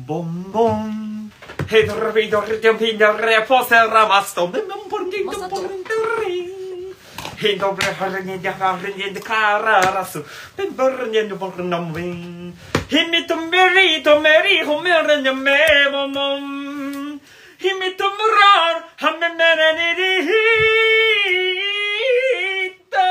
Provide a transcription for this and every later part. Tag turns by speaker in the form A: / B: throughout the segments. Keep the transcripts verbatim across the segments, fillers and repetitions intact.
A: ボンボンヘドラビドリテンピンダレポセラマストメモンポンディンドポンドリンヘドブレハレニデハレニデカララスペンブルニンドボルナムウィンヒミトメリトメリホメレニメモモンヒミトムラーハメメレニディヒータ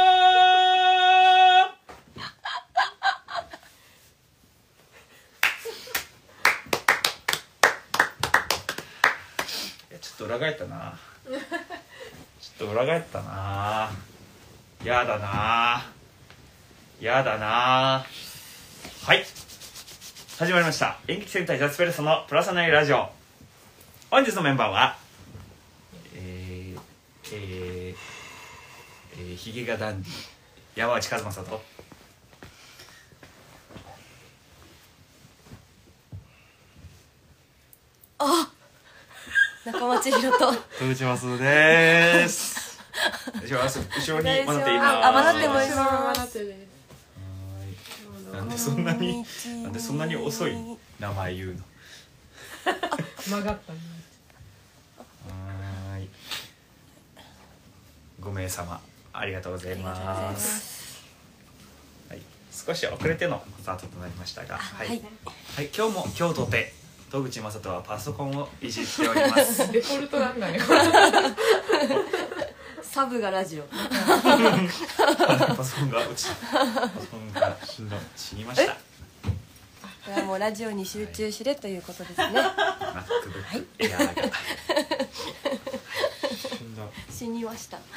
A: ちょっと裏返ったなちょっと裏返ったなやだなやだなはい、始まりました演劇戦隊ザスペルソのプラスナイラジオ。本日のメンバーはえー、えー、えー、ヒゲがダンディ山内和正と
B: あ中町ひろと
C: 戸口ますです。
A: 後ろにまなっていいな
B: あ、まなってもいいな
A: なんでそんなになんでそんなに遅い名前言うの
D: 曲がったね。
A: はい、ご名様ありがとうございます。はい、少し遅れてのスタートとなりましたが、はい、はいはい、今日も今日とて戸口正人はパソコンをいじっております。
D: デフォルトなんだね。
B: サブがラジオ。
A: パソコンが落ちた。パソコンが死んだ死にました。
B: これはもうラジオに集中しれということですね。
A: MacBook Air が
B: 死にました。あ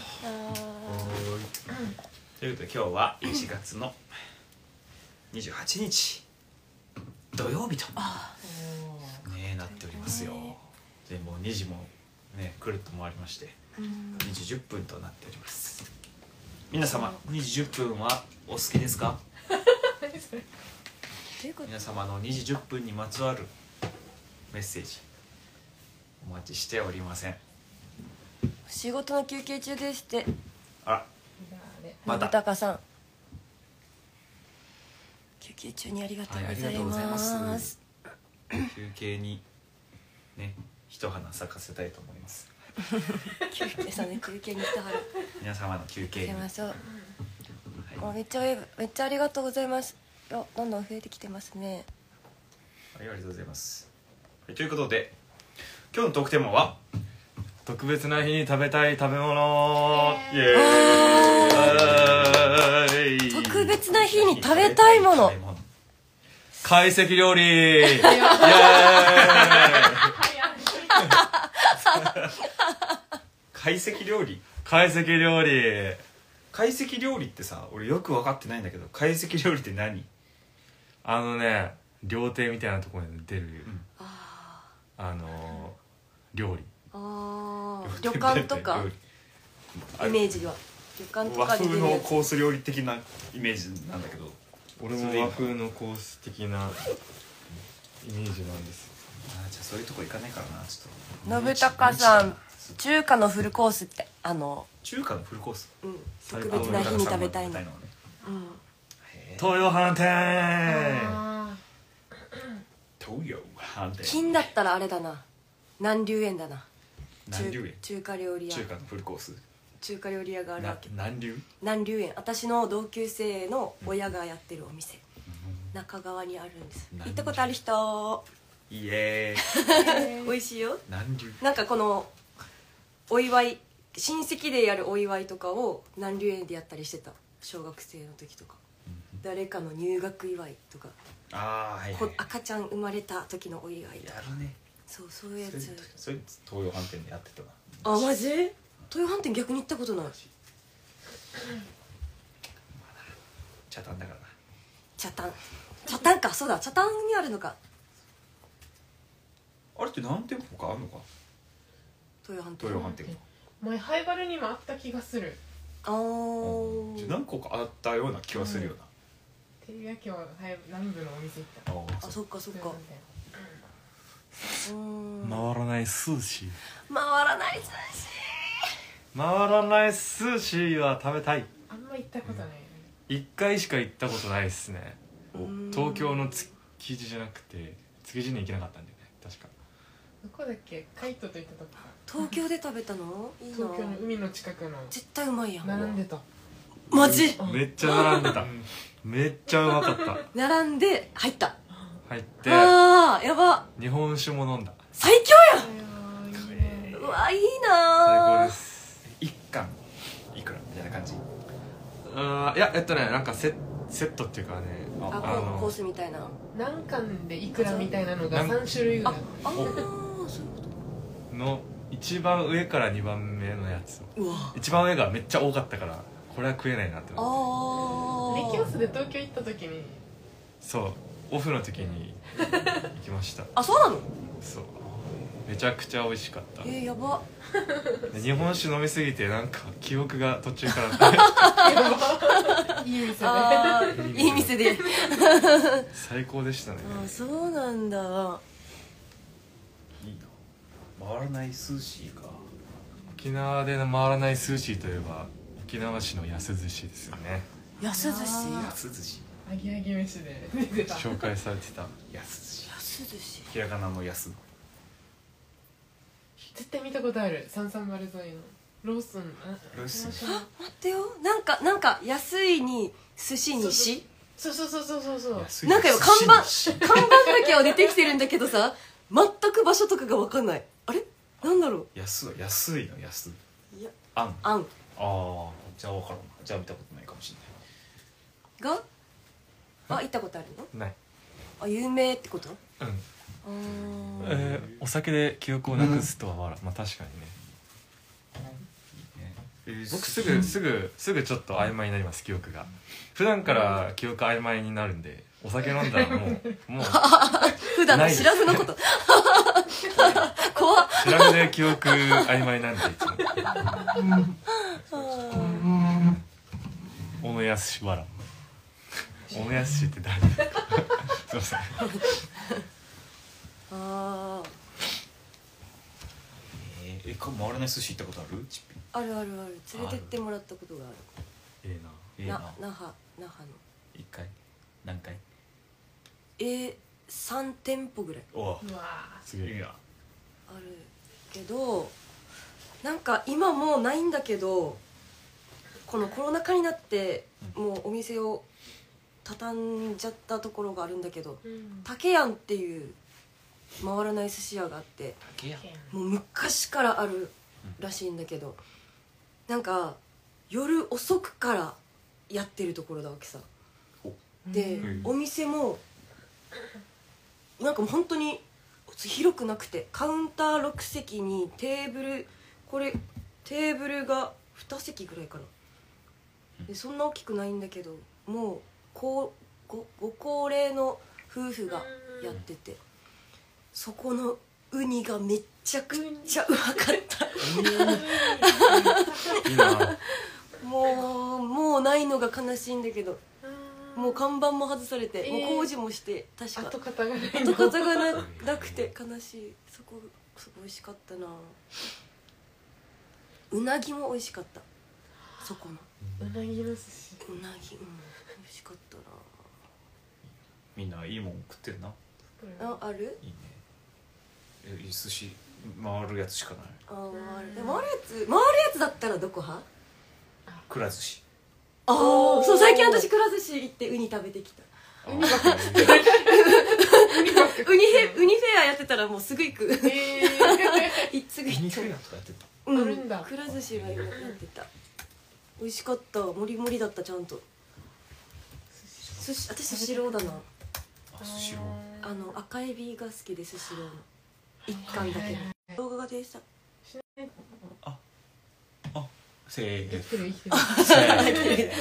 A: ということで今日はいちがつのにじゅうはちにち土曜日とねなっておりますよ。でもうにじもね来ると思われましてにじじゅっぷんとなっております。皆様にじじゅっぷんはお好きですか？皆様のにじじゅっぷんにまつわるメッセージお待ちしておりません。
B: 仕事の休憩中ですって。
A: あらまた
B: 信孝さん休憩中にありがとうございます、はい、ありがとうございます。
A: 休憩にね一花咲かせたいと思います。
B: 休憩さね休憩に一花
A: 皆様の休憩に
B: ましょう、はい、めっちゃめっちゃありがとうございます。どんどん増えてきてますね。
A: はい、ありがとうございます、はい、ということで今日のトークテーマは
C: 特別な日に食べたい食べ物。
A: イエーイ。
B: 特別な日に食べたいもの。
C: 懐石料理。イエーイ。
A: 懐石料理。
C: 懐石料理。
A: 懐石料理ってさ、俺よく分かってないんだけど、懐石料理って何？
C: あのね、料亭みたいなところに出る、うん、あのー、料理。
B: あー旅館とかイメージは旅館とか
A: 和風のコース料理的なイメージなんだけど、
C: 俺も和風のコース的なイメージなんです。
A: あ、じゃあそういうとこ行かないからな。ちょっと
B: 信孝さん中華のフルコースってあの
A: 中華のフルコース、
B: うん、特別な日に食べたいの、うん、
C: 東洋飯店。
A: 東洋飯店
B: 金だったらあれだな、南龍園だな。
A: 南龍園
B: 中華料理屋、
A: 中華のフルコース
B: 中華料理屋があるわけ。
A: 南龍
B: 南龍園、私の同級生の親がやってるお店、うん、中川にあるんです。行ったことある人？
A: イエーイ。
B: 美味しいよ。
A: 南龍
B: なんかこのお祝い親戚でやるお祝いとかを南龍園でやったりしてた。小学生の時とか、うん、誰かの入学祝いとか、
A: あ、はいはい、
B: 赤ちゃん生まれた時のお祝いとか
A: やるね。
B: そうそういうやつ。
A: それ東洋飯店でやってたな。
B: あ、マジ？東洋飯店逆に行ったことない。
A: 茶炭だからな。
B: 茶炭茶炭か、そうだ、茶炭にあるのか。
A: あれって何店舗かあるのか。
B: 東洋飯店。
A: 東洋飯店。
D: 前ハイバルにもあった気がする。
B: あー、
A: 何個かあったような気はするよな。
D: 照り焼きは南部のお店行った。
B: あ、そっかそっか。
C: 回らない寿司。
B: 回らない寿司。
C: 回らない寿司は食べたい。
D: あんま行ったことない。
C: 一回しか行ったことないですね。東京の築地じゃなくて築地に行けなかったんだよね確か。
D: どこだっけ、カイトと行ったとこ。
B: 東京で食べたのいいな。
D: 東京の海の近くの
B: 絶対うまいやん。
D: 並んでた。
B: マジ
C: めっちゃ並んでためっちゃうまかった。
B: 並んで入った。
C: 入って
B: あーやば。
C: 日本酒も飲んだ。
B: 最強やん。うわいい
C: 最
B: なー。
C: 高です。
A: 一貫いくらみたいな感じ。
C: あーいやえっとねなんかセセットっていうかね
B: あ
C: あの
B: コースみたいな。
D: 何貫でいくらみたいなのが
C: なん
D: さん種類ぐらい。
B: あーそういうこと
C: の一番上からにばんめのやつ。
B: うわ
C: 一番上がめっちゃ多かったからこれは食えないなって
B: あ
C: なって。
B: ー
D: レキオスで東京行った時に
C: そうオフの時に行きました
B: あそうなの。
C: そうめちゃくちゃ美味しかった。
B: えー、やば。
C: で日本酒飲みすぎてなんか記憶が途中から
D: いい店で
B: あーいい店で。
C: 最高でしたね。
B: あそうなんだ。
A: いいな。回らない寿司か。
C: 沖縄で回らない寿司といえば沖縄市の安寿司ですよね。
B: 安寿司。
A: 安寿司。
D: 揚げ揚げ飯で出てた。
C: 紹介されてた。
A: 安寿司。
B: 安寿司。
A: ひらがなの安。
D: 絶対見たことある。三三丸沿いのローソン。あ
A: ローソン
D: 面白い
B: 待ってよ。なんかなんか安いに寿司にし。
D: そうそうそうそうそうそう。
A: 安い
B: なんかよ看板
A: 寿司に
B: 看板だけは出てきてるんだけどさ、全く場所とかが分かんない。あれなんだろ
A: 安は安いの安。
B: う。いや
A: あん。
B: あん
A: ああじゃあ分からんな。じゃあ見たことないかもしれない。
B: があ行ったことあるの。
C: ない。
B: あ有名ってこと。
C: うん。
B: あー
C: えー、お酒で記憶をなくすとはわら、まあ確かにね。僕すぐすぐすぐちょっと曖昧になります記憶が。普段から記憶曖昧になるんでお酒飲んだらもうもう
B: 普段の
C: ないです
B: シラフのこと怖っ。
C: 調べで記憶曖昧なんでいつも。小野康わら。小野康って誰ですか。すいません。
B: あ
A: えー、えか回らない寿司行ったことある？ちっぴん。
B: ああるあるある。連れてってもらったことがある。
C: ええな。
A: ええな。
B: な那覇那覇の
A: 一回何回？
B: えー、さん店舗ぐらい
A: おお。
D: うわ
C: すげえ。
A: いや。
B: あるけど、なんか今もうないんだけど、このコロナ禍になってもうお店を畳んじゃったところがあるんだけど、
D: ー。うん。
B: 竹やんっていう回らない寿司屋があって、
A: 竹や。
B: もう昔からあるらしいんだけど、なんか夜遅くからやってるところだわけさ。で、
A: うん
B: お店もなんかもう本当に広くなくて、カウンターろく席にテーブル、これテーブルがに席ぐらいかな。でそんな大きくないんだけど、もうこう ご, ご高齢の夫婦がやってて、そこのウニがめっちゃくちゃうまかった
C: いいな。
B: もうもうないのが悲しいんだけど、もう看板も外されて、
D: えー
B: もう工事もして確か
D: 跡形がないの。
B: 跡形が な, なくて悲しい。そこそこ美味しかったな。うなぎも美味しかった。そこの
D: うなぎの寿司。
B: うなぎ、うん、美味しかった
A: みんないいもん食ってるな。
B: な。あある
A: いいね。え寿司回るやつしかない。
B: あ回る。で回るやつ回るやつだったらどこ派？
A: くら寿司。
B: ああそう、最近私くら寿司行ってウニ食べてきた。
A: ウニばっかり。
B: ウニフェウニフェアやってたらもうすぐ行く。
D: えー。
B: いすぐ行っ
A: ウニフェアとかやってた。
B: うん、
D: あるんだ
B: くら寿司は今やってた。美味しかった。もりもりだった。ちゃんと寿司、私スシローだな。
A: あスシロー。
B: あの赤エビが好きで、スシローの一貫だけど動画でした。
A: せー
D: 生きてる生きてる。
A: せー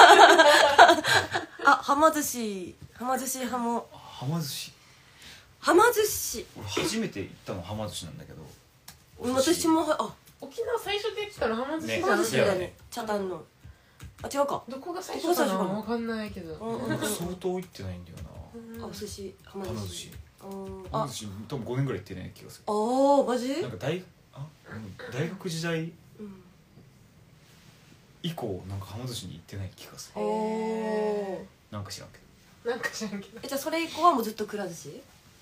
B: あ、はま寿司、はま寿司派も。
A: はま寿司。
B: はま寿司
A: 俺初めて行ったのはま寿司なんだけど。
B: 私もは、あ、
D: 沖縄最初で言ってたらはま寿司
A: ね
D: じゃん。
B: はま寿司だね
A: いやね。
B: 茶炭の。あ、違うか。
D: どこが最初かな
B: どこが最初かな
D: わかんないけど。
B: うんうんうん。
A: 相当行ってないんだよな。
B: あ、お寿司、はま
A: はま寿
B: 寿司
A: 司。。
B: うんあ
A: はま寿司多分ごねんぐらい行ってない気がする。
B: あー、マジ？
A: なんか大あうん大学時代
B: うん。
A: 以降なんかはま寿司に行ってない気がする。
B: おー。
A: なんか知らんけど。
D: なんか知らんけど。
B: え、じゃあそれ以降はもうずっとくら寿司？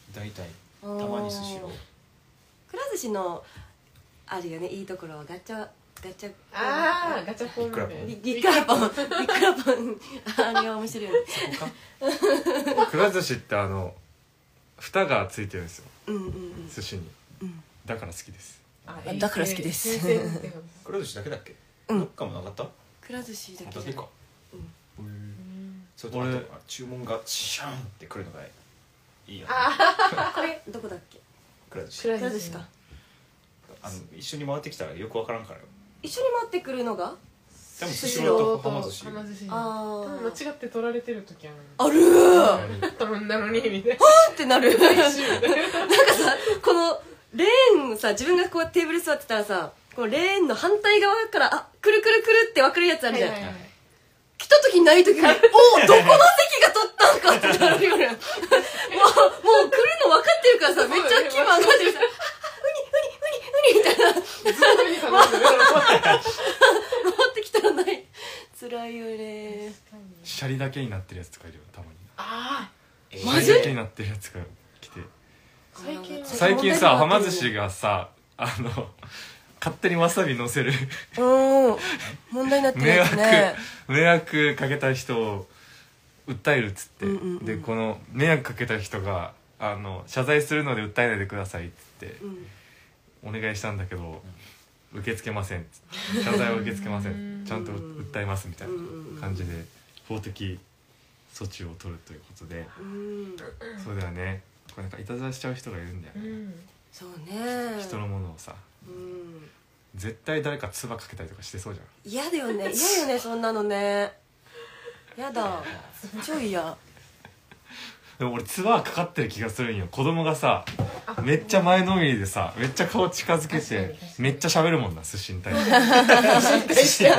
A: 大体
B: たま
A: たまにスシロー。
B: くら寿司のあるよねいいところはガチャガチャ
D: ああガチャポン
A: いくらポン
B: リリカラポンリカラポンあれは面白いよね
A: そこか。
C: くら寿司ってあの蓋がついてるんですよ
B: うんうんうん
C: 寿司に
B: うん
C: だから好きです。
D: あ
B: だから好きです
D: 衛生ってこと
A: くら寿司だけだっけ？
B: うん
A: どっかもなかった？
B: くら寿司だけじゃない
A: だけか。
B: うん
D: うん
A: それとあと注文がシャーンってくるのがいいよね。
B: これどこだっけ
A: くら寿司。
D: くら
B: くら寿司か
A: あの一緒に回ってきたらよくわからんからよ。
B: 一緒に回ってくるのが
A: 多分ス
B: スシロー
A: シローとはま寿司。
D: はま寿司
B: あ
D: 多分
B: ー
D: 間違って取られてる時ある
B: あるー
D: 頼んだのにみたいな
B: ってなるなんかさこのレーンさ自分がこうテーブル座ってたらさこのレーンの反対側からあくるくるくるって分かるやつあるじゃん、
D: はいはいはい
B: 来た時ない時におおどこの席が取ったんかってなるよねもうもう来るの分かってるからさめっちゃ気分上がってるさウニウニウニウニみたいな
D: ずっとに頼んでる
B: 回ってきたらない辛いよね
C: シャリだけになってるやつとかいるよたまに。
D: あ
A: えー
B: マジ
C: シャリだけになってるやつが来て
D: あ最近
C: 最近さはま寿司がさあの勝手にわさび乗せる
B: うん問題になってる
C: 迷
B: やつね
C: 惑迷惑かけた人を訴えるっつって、
B: うんうんうん
C: でこの迷惑かけた人があの謝罪するので訴えないでくださいっつって
B: うん
C: お願いしたんだけど受け付けませんっつって謝罪は受け付けませんちゃんと訴えますみたいな感じで法的措置を取るということで、
B: うん
C: そうだよねこれなんかいたずらしちゃう人がいるんだよね、
D: うん
B: そうね
C: 人のものをさ
B: うん
C: 絶対誰か唾かけたりとかしてそうじゃん。
B: 嫌だよね嫌よねそんなのねやだ超嫌
C: でも俺唾はかかってる気がするんよ。子供がさめっちゃ前のめりでさめっちゃ顔近づけて
D: 確かに確かに
C: めっちゃ喋るもんな寿司に対して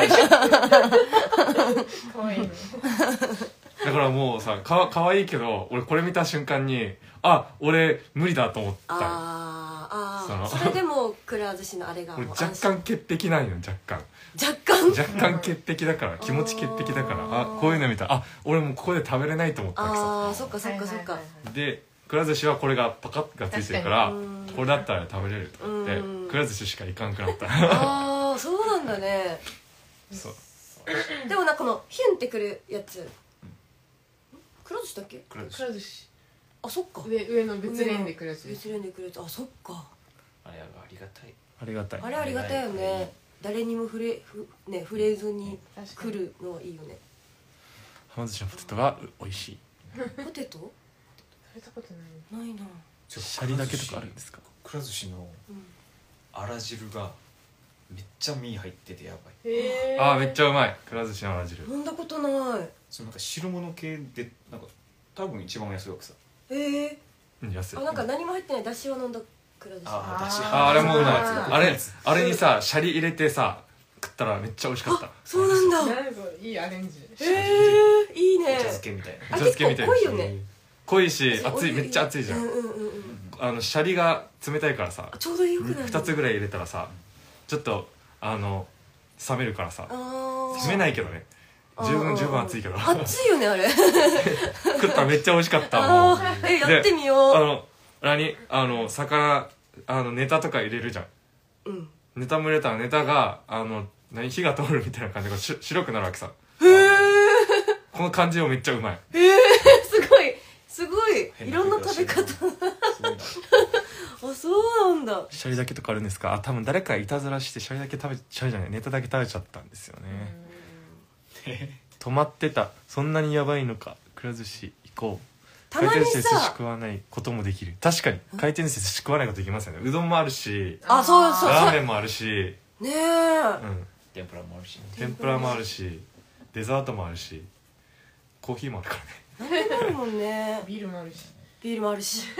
D: かわいいの
C: だからもうさかかわいいけど俺これ見た瞬間にあ俺無理だと思ったよ。
B: あーあー
C: その
B: それでもくら寿司のあれが
C: 俺
B: もう
C: 若干潔癖なんよ若干
B: 若干
C: 若干潔癖だから気持ち潔癖だからあこういうの見たらあ俺もうここで食べれないと思ったわけさ
B: ああそっかそっかそっか
D: はいはいはい
C: でくら寿司はこれがパカッがついてるから
B: 確かに
C: これだったら食べれると思って
B: うん
C: くら寿司しか行かんくなった
B: ああそうなんだね
C: そう
B: でもなんかこのヒュンってくるやつくら寿司だっけ
A: くら寿司
D: くら寿司
B: あそっか
D: 上上の別レーンでくら寿司
B: 別レーンでくるやつあそっか
A: あれはありがたい。
C: ありがたい
B: あれありがたいよね誰にも触れふね触れずに
D: 確かに
B: 来るのはいいよね
C: はま寿司のポテトが美味しい
B: ポテト
D: 食べたことない
B: ないな
C: シャリだけとかあるんですか。
A: くら寿司の
B: うん
A: あら汁がめっちゃ身入っててやばい。
D: へえ
C: あーめっちゃうまいくら寿司のあら汁
B: 飲んだことない
A: そのなんか汁物系でなんか多分一番安いわけさ。
B: へえ
C: うん安い
B: あなんか何も入ってないだしを飲んだくら寿司
A: あーだし
C: ああれもうまい
D: あー
C: あれあれにさシャリ入れてさ食ったらめっちゃ美味しかった
B: そうなんだ
D: なんかいいアレンジ
B: へえいいね
A: お茶漬けみたいな。
B: あ
C: お茶漬けみたいな
B: 結構濃いよね
C: 濃いし
B: そう
C: 熱いめっちゃ熱いじゃん、
B: うんうんうんうん
C: あのシャリが冷たいからさ
B: あちょうどよくない
C: ふたつぐらい入れたらさちょっとあの冷めるからさ
B: あー
C: 冷めないけどね十分十分熱いけど
B: 熱いよねあれ
C: 食ったらめっちゃ美味しかったもう
B: あーえやってみよう
C: あの何あの魚あのネタとか入れるじゃん
B: うん
C: ネタも入れたらネタがあの何火が通るみたいな感じがし白くなるわけさ
B: へえ
C: この感じもめっちゃうまい
B: へえすごいすごい
A: 変
B: いろんな食べ方
A: すごいな
B: あそうなんだ
C: シャリだけとかあるんですか。あ多分誰かいたずらしてシャリだけ食べシャリじゃないネタだけ食べちゃったんですよね止まってたそんなにやばいのかくら寿司行こう
B: たまに
C: 回転寿司寿司
B: さ
C: 食わないこともできる確かに回転寿司寿司食わないことできますよねうどんもあるし
B: あそうそう
C: ラーメンもあるし、
B: ねえ
C: うん、
A: 天ぷらもあるしね。
C: 天ぷらもあるしデザートもあるしコーヒーもあるからね
B: 何でもあるもんね
D: ビールもあるし
B: ビールもあるし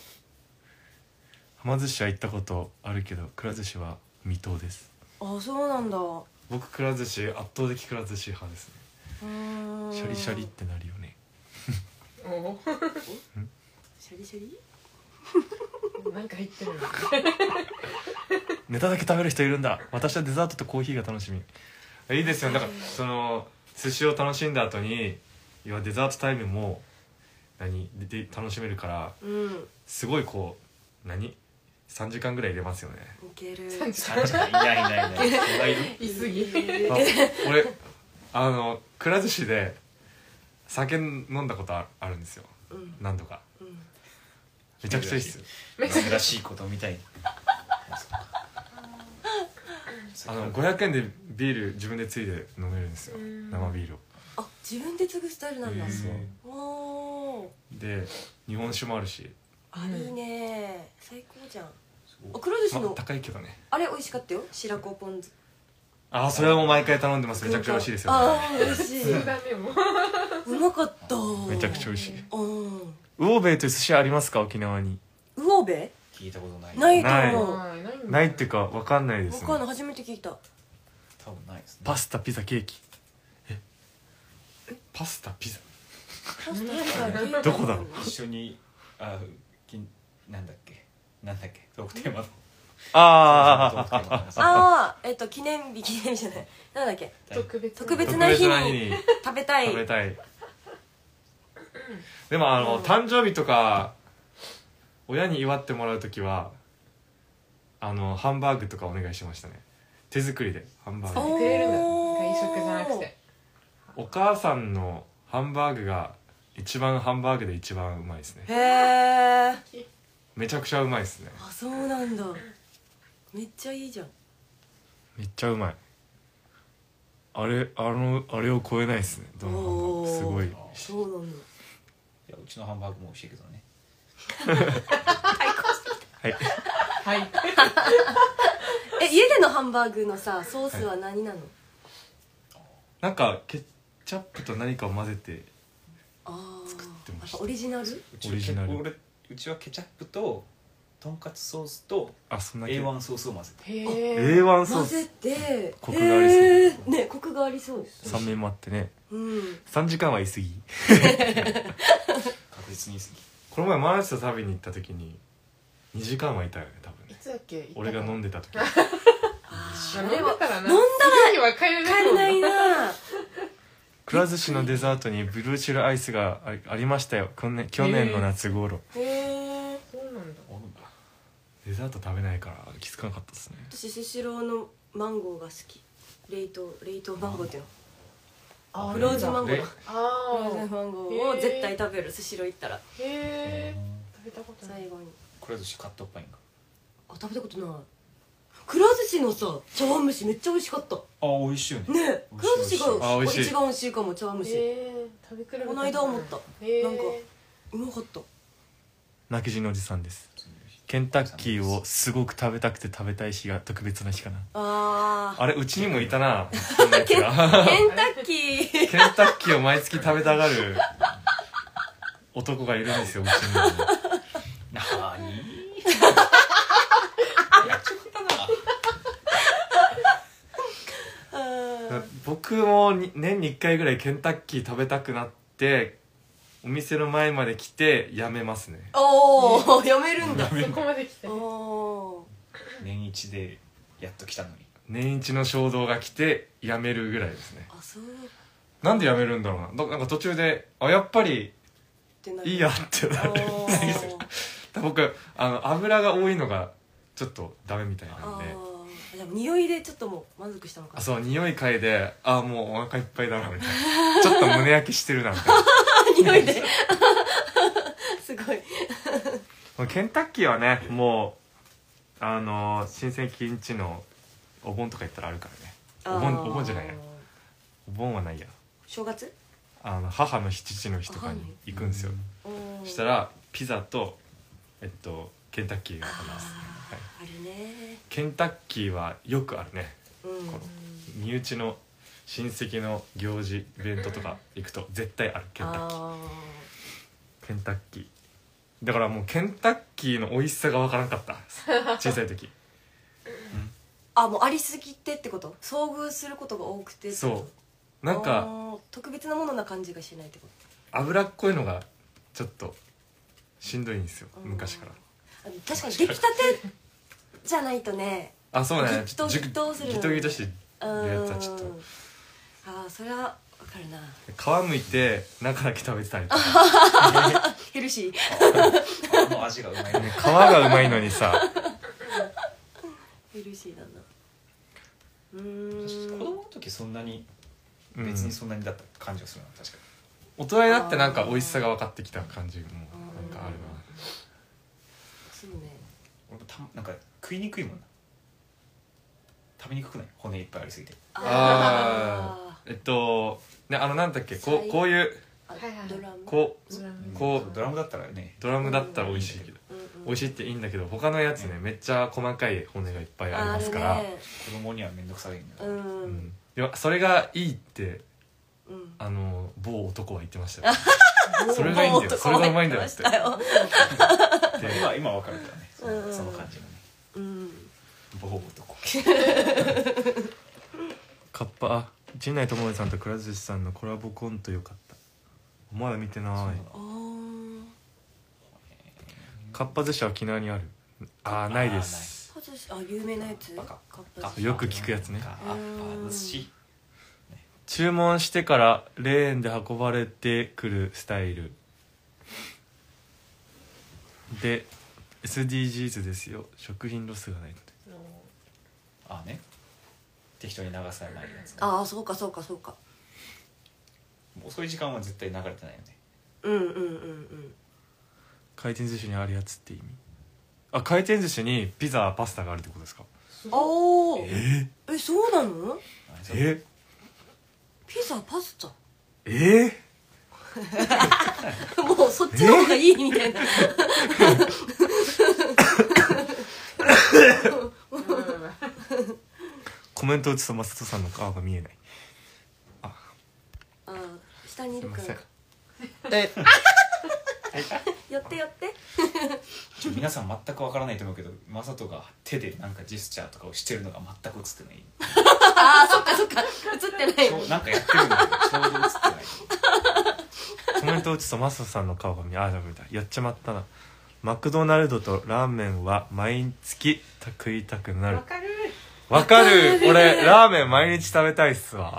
C: はま寿司は行ったことあるけどくら寿司は未踏です
B: あそうなんだう
C: 僕くら寿司圧倒的くら寿司派ですね
B: ーん
C: シャリシャリってなるよね
D: おお
B: シャリシャリ
D: なんか入ってる
C: ネタだけ食べる人いるんだ私はデザートとコーヒーが楽しみいいですよだからその寿司を楽しんだ後に要はデザートタイムも何でで楽しめるから
B: うん
C: すごいこう何さんじかんぐらい入れますよね。
B: いける
D: 三時
A: さんじかんいないいないいない人がいる
D: いすぎ
C: あ俺あのくら寿司で酒飲んだことああるんですよ、
B: うん
C: 何度か。
B: うん
C: めちゃくちゃいいっすよ。
A: 珍しいことみたい
C: あのごひゃくえんでビール自分でついで飲めるんですよ、
D: うん
C: 生ビールを。
B: あ自分で継ぐスタイルなんだ
C: へー
B: おー
C: で日本酒もあるし、
B: あいいね最高じゃん
A: そう
B: あくら寿司
C: まあ
B: の
C: 高いけどね。
B: あれ美味しかったよ白子ポン酢
C: ああそれはもう毎回頼んでます。めちゃくちゃ美味しいですよね。
B: あー美味しい
D: そうだねもう
B: うまかった
C: めちゃくちゃ美味しい。
B: うん
C: ウオーベイという寿司ありますか沖縄に？
B: ウオベ
A: 聞いたことない
B: ないと思う
D: ないないんだ
C: ないっていうかわかんないですね。
B: わかんない初めて聞いた
A: 多分ないですね
C: パスタピザケーキえパスタピザ
B: パスタピザ
C: どこだろう
A: 一緒にあきなんだっけなんだっけトークテーマの
C: あ
A: トークテーマのさ
B: ああえっと記念日記念日じゃないなんだっけ
D: 特別
B: 特別
C: 特
B: な日に
C: 別な日に
B: 食べたい
C: 食べたい。でもあの、
B: うん
C: 誕生日とか親に祝ってもらう時はあのハンバーグとかお願いしましたね。手作りでハンバーグ。
B: おー
D: くれるんだ外食じゃなくて
C: お母さんのハンバーグが一番ハンバーグで一番うまいですね。
B: へえ
C: めちゃくちゃうまいですね。
B: あそうなんだめっちゃいいじゃん
C: めっちゃうまい。あれあのあれを超えないですね。どのハンバーグすごい。
B: そうなんだ
A: いやうちのハンバーグも美味しいけどね
C: はい。
D: はい
B: え家でのハンバーグのさソースは何なの、
C: なんかケチャップと何かを混ぜて
B: ああ
C: 作ってました
B: やっぱオリジナル
A: うち
C: オリジナル
A: 俺うちはケチャップととんかつソースと
C: あそんな
A: エーワン ソースを混ぜて
D: へ
C: エー
D: え
C: ワン ソー
B: 混ぜ
C: ス
B: て
C: コクがありそう
B: へーねコクがありそう
C: 酸味もあってね。
B: うん
C: さんじかんは言い過ぎ。
A: 確実に過ぎ
C: この前マーチと食べに行った時ににじかんはいたよね多分ね。
D: いつだっけ
C: 俺が飲ん
D: で
C: でた時
B: あ
D: 飲ん
B: ーあれは
D: だからな
B: 飲んだ
D: すぐには帰れ
B: わかんない
D: な
B: な
C: くら寿司のデザートにブルーチェルアイスがあありましたよ去年去年の夏頃。
B: へえ
D: そうなんだ
A: おるんだ
C: デザート食べないから気づかなかったですね。
B: 私スシローのマンゴーが好き冷凍冷凍マンゴーっていうの
D: あ
B: フローズンマンゴー
C: レ
B: だフ
D: あ
B: ローズン
D: あ
B: マンゴーを絶対食べるスシロー行ったら
D: へえ食べたことない
B: 最後に
A: くら寿司カットパインが
B: あ食べたことないくら寿司のさ茶碗蒸しめっちゃ美味しかった
A: あ美味しいよね
B: ねえくら寿司が
C: あ美味しい
B: 一番美味しいかも茶碗蒸し
D: へえ食べ比べた
B: この間思った
D: へえ
B: なんかうまかった
C: 泣き人のおじさんです。ケンタッキーをすごく食べたくて食べたい日が特別な日かな。
B: あ
C: あれうちにもいたなそんなやつが
B: ーケンタッキー
C: ケンタッキーを毎月食べたがる男がいるんですようちにも。
A: なーにやっちゃったな
B: あー
C: 僕もに年にいっかいぐらいケンタッキー食べたくなってお店の前まで来てやめますね。
B: おおやめるんだ
D: そこまで来て
B: おー
A: 年一でやっと来たのに
C: 年一の衝動が来てやめるぐらいですね。
B: あそうっ
C: なんでやめるんだろうな。だなんか途中であやっぱり
B: てなる
C: いいやってなる。
B: おー
C: 僕あの油が多いのがちょっとダメみたいなんで。
B: あーでも匂いでちょっともう満足したのか
C: あ
B: な
C: そう匂い嗅いであもうお腹いっぱいだなみたいなちょっと胸焼けしてるなみたい
B: 匂いですごい
C: なケンタッキーはねもうあのー新鮮キンチのお盆とか行ったらあるからね。お盆お盆じゃないやお盆はないや
B: 正月
C: あの母の日父の日とかに行くんですよ。
B: おー
C: そしたらピザとえっとケンタッキーがあります、
B: あ
C: はい、
B: ーあるね
C: ケンタッキーはよくあるね。
B: うん
C: この身内の親戚の行事イベントとか行くと絶対あるケンタッキー
B: あ
C: ケンタッキーだからもうケンタッキーの美味しさが分からんかった小さい時
B: ーあもうありすぎてってこと遭遇することが多くてってこと
C: そうなんか
B: あー特別なものな感じがしないってこ
C: 脂っこいのがちょっとしんどいんですよ
B: うん
C: 昔から。
B: とあ確かに出来たてじゃないとね
C: あそうね
B: ギトギトする
C: ギトギトしてる
B: うん
C: やつはちょっと
B: あーそれはかるな。
C: 皮むいて中だけ食べてたりとか
B: ヘルシー。
A: あの味がうまいね。
C: 皮がうまいのにさ
B: ヘルシーだな。う
A: 子
B: ーん。
A: 供の時そんなに
C: うん
A: 別にそんなにだった感じがするな、確か
C: 大人になってなんか美味しさが分かってきた感じもなんかある
B: そうね。
A: に。俺もたなんか食いにくいもんな。食べにくくない？骨いっぱいありすぎて。
C: あなえっとねあのなんだっけこうこういう
B: あ
D: はいはい
B: ドラム。
C: こう
D: ドラム
C: こ
A: ドラムだったらね、
C: ドラムだったら美味しいけど
B: うんうん
C: 美味しいっていいんだけど他のやつねめっちゃ細かい骨がいっぱいありますから、
B: あるね。
A: 子供にはめんどくさいんだ
B: う
A: よ。
C: うん
B: ん。
C: いやそれがいいって
B: うん。
C: あの某男は言ってましたよそれがいいんだよそれがうまいんだよって
B: もう男は言ってましたよ
C: で
A: 今今わかるけどね、その
B: うん
A: その感じがね。
B: うん。
A: ボホ男。
C: カッパあ陣内智則さんとくら寿司さんのコラボコントよかったまだ見てない
B: あー。
C: かっぱ寿司は沖縄にあるあーないです
B: カズシあ有名なやつ。
A: カッパ
B: カッパ寿司
C: よく聞くやつね
A: カッパ寿司。
C: 注文してからレーンで運ばれてくるスタイルで エスディージーズ ですよ食品ロスがないので
A: ああね。適当に流されないやつね。
B: ああそうかそうかそうか。
A: 遅い時間は絶対流れてないよね。
B: うんうんうんうん。
C: 回転寿司にあるやつって意味あ回転寿司にピザパスタがあるってことですか
B: おお。
A: え
B: えそうなの？
C: え
B: ピザパスタ。
C: え
B: もうそっちの方がいいみたいな。
C: コメント打つとマサトさんの顔が見えない
B: あー下にいるから
C: すいま。
B: え寄って寄って。
A: ちょ皆さん全くわからないと思うけど、マサトが手でなんかジェスチャーとかをしてるのが全く映ってない。
B: ああそっかそっか映ってない
A: ちょうなんかやってるんだけどちょうど映ってない。
C: コメント打つとマサトさんの顔が見えあダメだやっちまったなマクドナルドとラーメンは毎月食いたくなる
D: わかる
C: わかる俺ラーメン毎日食べたいっすわ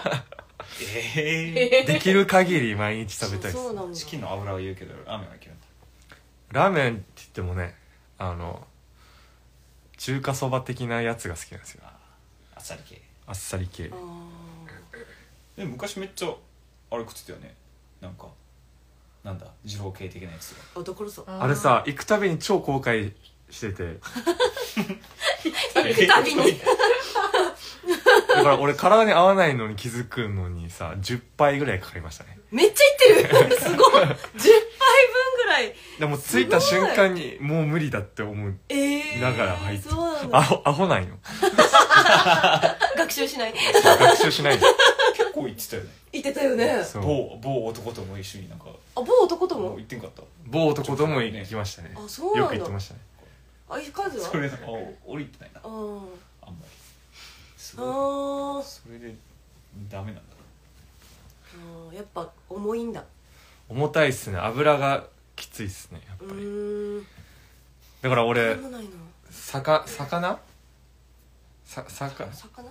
A: ええ
C: できる限り毎日食べたいっす
B: そうなんだ。
A: チキンの油は言うけどラーメンはいけるんだ。
C: ラーメンって言ってもねあの中華そば的なやつが好きなんですよ
A: ああっさり系。
C: あっさり系
B: あ
A: でも昔めっちゃあれ食ってたよね。なんかなんだ二郎系的なやつが。
B: ーあだからさ
C: あれさ行くたびに超後悔してて
B: 行くたびに
C: だから俺体に合わないのに気づくのにさじゅっぱいぐらいかかりましたね
B: めっちゃいってるすごいじゅっぱいぶんぐらい。
C: でも着いた瞬間にもう無理だって思う
B: ええー、
C: だから入って
B: そうなんだ。
C: アホアホなんよ
B: 学習しない
C: 学習しないで
A: 結構行ってたよね。
B: 言ってたよね。
C: そう
A: 某某男とも一緒になんか
B: あ某男と
A: もう
B: も
A: 行ってんかった。
C: 某男とも行きましたね
B: あそうなんだ。
C: よく行ってましたね
B: あい数は
A: それあ降りてないな
B: あー
A: あんまり。す
B: あ
A: ごい。
B: ー
A: それでダメなんだ
B: あーやっぱ重いんだ。
C: 重たいっすね油がきついっすねやっ
B: う
C: ぱり
B: ーん
C: だから俺
B: そうないな。
C: 魚魚さ魚
B: 魚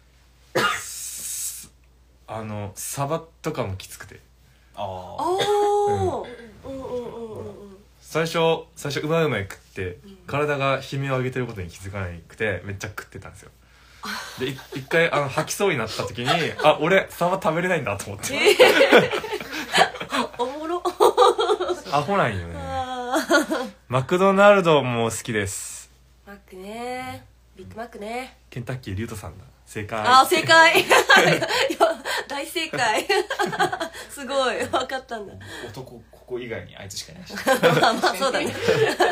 C: あのサバとかもきつくて
A: あ
B: あ
A: あ
B: あうんうんうんうんうん
C: 最初最初うまいうまい食って体が悲鳴を上げてることに気づかなくてめっちゃ食ってたんですよでい一回あの吐きそうになった時にあ俺サバ食べれないんだと思って
B: ええおもろ
C: アホなんよね
B: あー
C: マクドナルドも好きです
B: マックねビッグマックね。
C: ケンタッキーリュウトさんだ正解
B: あー正解いや大正解すごい分かったんだ
A: 男ここ以外にあいつしかいないし
B: まあまあそうだね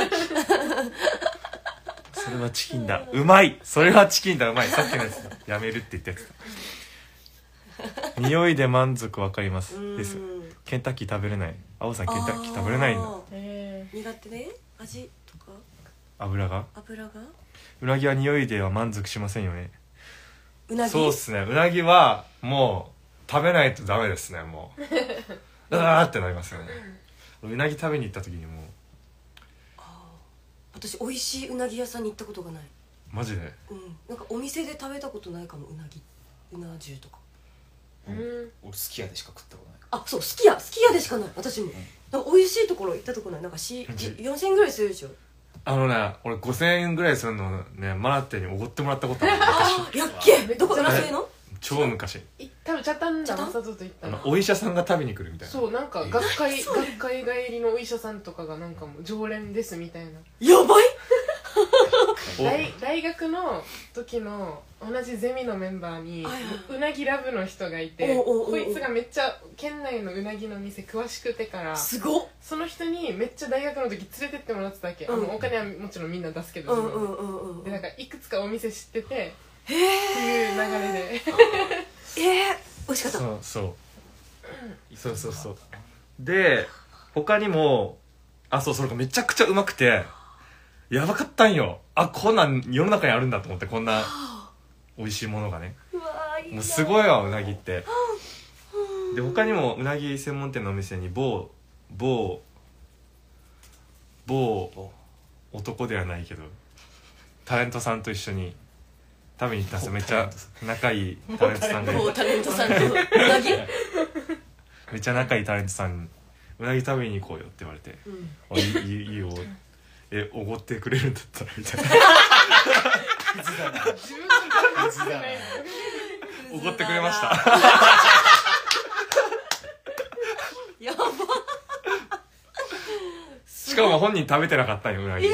C: それはチキンだうまいそれはチキンだうまいさっきのやつだやめるって言ったやつだ匂いで満足わかりますですケンタッキー食べれない青さんケンタッキー食べれないんだ
B: あー
D: え
B: 苦手ね味とか
C: 油が
B: 油が
C: うなぎは匂いでは満足しませんよね
B: うなぎ
C: そうっすねうなぎはもう食べないとダメですねもううわーってなりますよねうなぎ食べに行った時にもう
B: 私美味しいうなぎ屋さんに行ったことがない。
C: マジで
B: うんなんかお店で食べたことないかもうなぎうな重とか
D: うん
A: 俺すき家でしか食ったことない。
B: あ、そう、すき家すき家でしかない私も。なんか美味しいところ行ったとこない。なんかしよんせんえんぐらいするでしょ。
C: あのね俺ごせんえんぐらいするのねマナテにおごってもらったことある昔
B: やっけどこ浦添の？
C: 超昔
D: い多分茶丹だ正人と言ったら
C: あのお医者さんが食べに来るみたいな。
D: そうなんか学会学会帰りのお医者さんとかがなんかもう常連ですみたいな。
B: やばい。
C: お
D: 大大学の時の同じゼミのメンバーに
B: はいはいう
D: なぎラブの人がいて、
B: おうおうおうおう
D: こいつがめっちゃ県内のうなぎの店詳しくてから
B: すごっ。
D: その人にめっちゃ大学の時連れてってもらってたわけ、
B: うん
D: あのお金はもちろんみんな出すけど、
B: うんうんうんうん。
D: でなんかいくつかお店知ってて
B: へ
D: っていう流れで
B: え。えー、美味しかった。
C: そうそうそうそうそうで他にもあそうそれがめちゃくちゃうまくてやばかったんよ。あこんなん世の中にあるんだと思ってこんな美味しいものがね
B: うわーいいな。
C: もうすごいわうなぎってで他にもうなぎ専門店のお店に某某某男ではないけどタレントさんと一緒に食べに行ったんですよ。めっちゃ仲いいタレントさんがいて
B: もうタレントさんとうなぎ。
C: めっちゃ仲いいタレントさんにうなぎ食べに行こうよって言われて
B: うん
C: あいいいいいいよえおごってくれるんだったらみたいな
D: 自分の感覚じゃない
C: おごってくれました
B: やば。
C: しかも本人食べてなかったんようなぎ、
D: や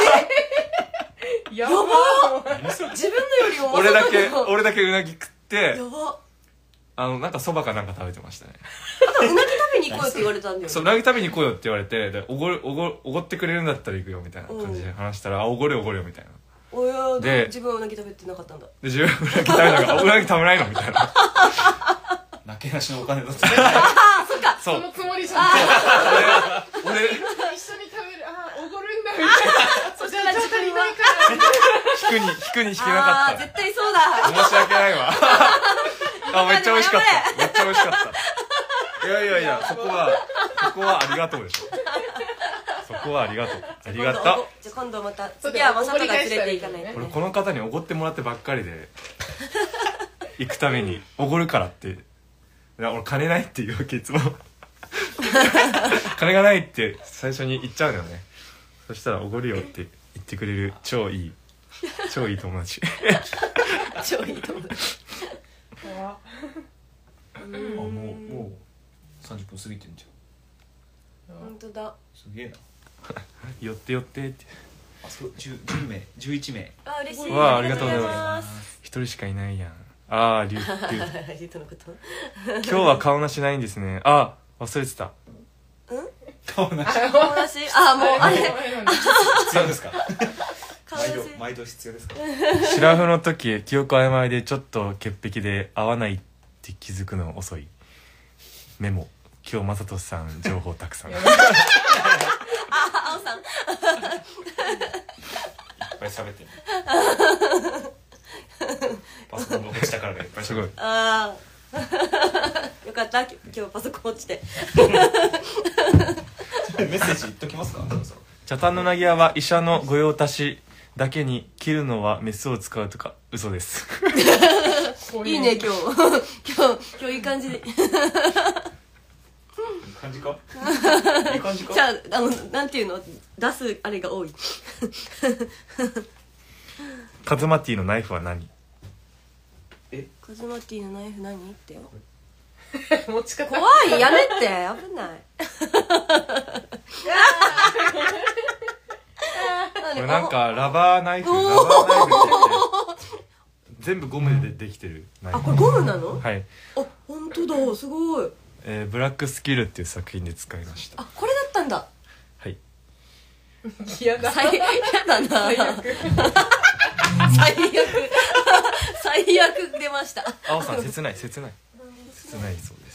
D: ば
B: やば
D: ー
B: 自分のよりも
C: 俺だけ
B: や
C: 俺だけうなぎ食って
B: ば。
C: あのなんかそばかなんか食べてましたね。
B: あとうなぎ食べに行こうよって言われたんだよ。
C: そううなぎ食べに行こうよって言われてでおごるおごおごってくれるんだったら行くよみたいな感じで話したらあおごるよおごるよみたいな
B: おや
C: で
B: で自分はうなぎ食べてなかったんだ。
C: で自分うなぎ食べながらおうなぎ食べないのみたいな
A: なけなしのお金だった
B: ああ、そっか。
C: そう
D: そのつもりじゃん
C: 俺
D: 一緒に食べるあーおごるんだみたいなそしたらちょっと足りないから
C: 引くに引くに引けなかった
B: あー絶対そうだ。
C: 申し訳ないわあめっちゃ美味しかっためっちゃ美味しかったいやいやいやそこはそこはありがとうでしょそこはありがとうありがとう
B: じゃあ今度また次はまさとが連れて行かないと
C: 俺
B: ね。
C: この方におごってもらってばっかりで行くためにおごるからっていや俺金ないって言うわけいつも金がないって最初に言っちゃうのよね。そしたらおごるよって言ってくれる超いい超いい友達
B: 超いい友達。
D: 怖っ
A: あもうもうさんじゅっぷん過ぎてんじゃん。
B: 本当だ。
A: すげえな。
C: 寄って寄ってって
A: あそうじゅう名じゅういち名。
B: あ嬉しい。
C: わあありがとうござい
B: ます。
C: 一人しかいないやん。ああリュウリュウ
B: リュウトのこと。
C: 今日は顔なしないんですね。あ忘れてた。
A: 顔なし。
B: 顔なし。あもうあれ
A: 必要ですか。
B: 顔なし
A: 毎度毎度必要ですか。
C: シラフの時記憶曖昧でちょっと潔癖で合わないって気づくの遅い。メモ今日正俊さん情報たくさんいっ
B: あ青さん。
A: ぱい喋ってる。パソコンが落ちたからがいっぱい
C: すごい
A: 喋る。
B: ああ。よかった今日パソコン落ちて。
A: メッセージ言っときますか。そろそろ
C: 茶炭のなぎ屋は医者の御用達だけに切るのはメスを使うとか嘘です。
B: いいね今日今日今日いい感じで。
A: いい感じか。いい感じか。
B: じゃああのなんていうの出すあれが多い。
C: カズマティのナイフは何？
B: カズマティのナイフ何ってよ。
D: 持ち方
B: 怖いやめて危ない。
C: これなんかラバーナイフラバーナイフって言って全部ゴムでできてるナイフ。
B: あこれゴムなの？
C: はい、
B: あ本当だすごい。
C: えー、ブラックスキルっていう作品で使いました。
B: あこれだったんだ。
C: はい。
D: 嫌だ
B: 最やだな。最悪最悪最悪出ました。
C: 青さん切ない切ない切ないそうです。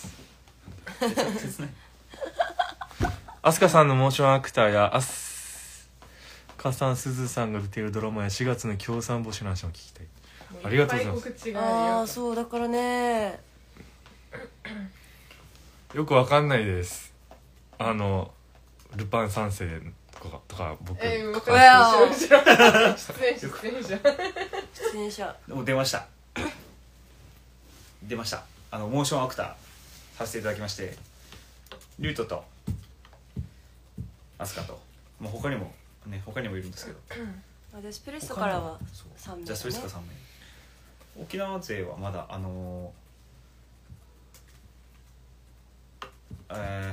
A: 切ない。
C: アスカさんのモーションアクターやアスカさん、すずさんが出ているドラマやしがつの協賛募集の話も聞きたい。ありがとうございます。
D: っぱ告知がある
B: ああ
D: よ
B: そうだからね。
C: よくわかんないです。あのルパン三世とかとか僕、
D: えー、分
C: か
D: か
B: うわ
D: る後ろ後ろ出演者出演者
B: 出演者。
A: でも出ました。出ました。 あのモーションアクターさせていただきまして、リュウトとアスカと、もう他にもね他にもいるんですけど、
B: あジャスプレッソからは
A: そう
B: さんめい、ね、
A: ジャスプレッソからさんめい。沖縄勢はまだあのー、えー、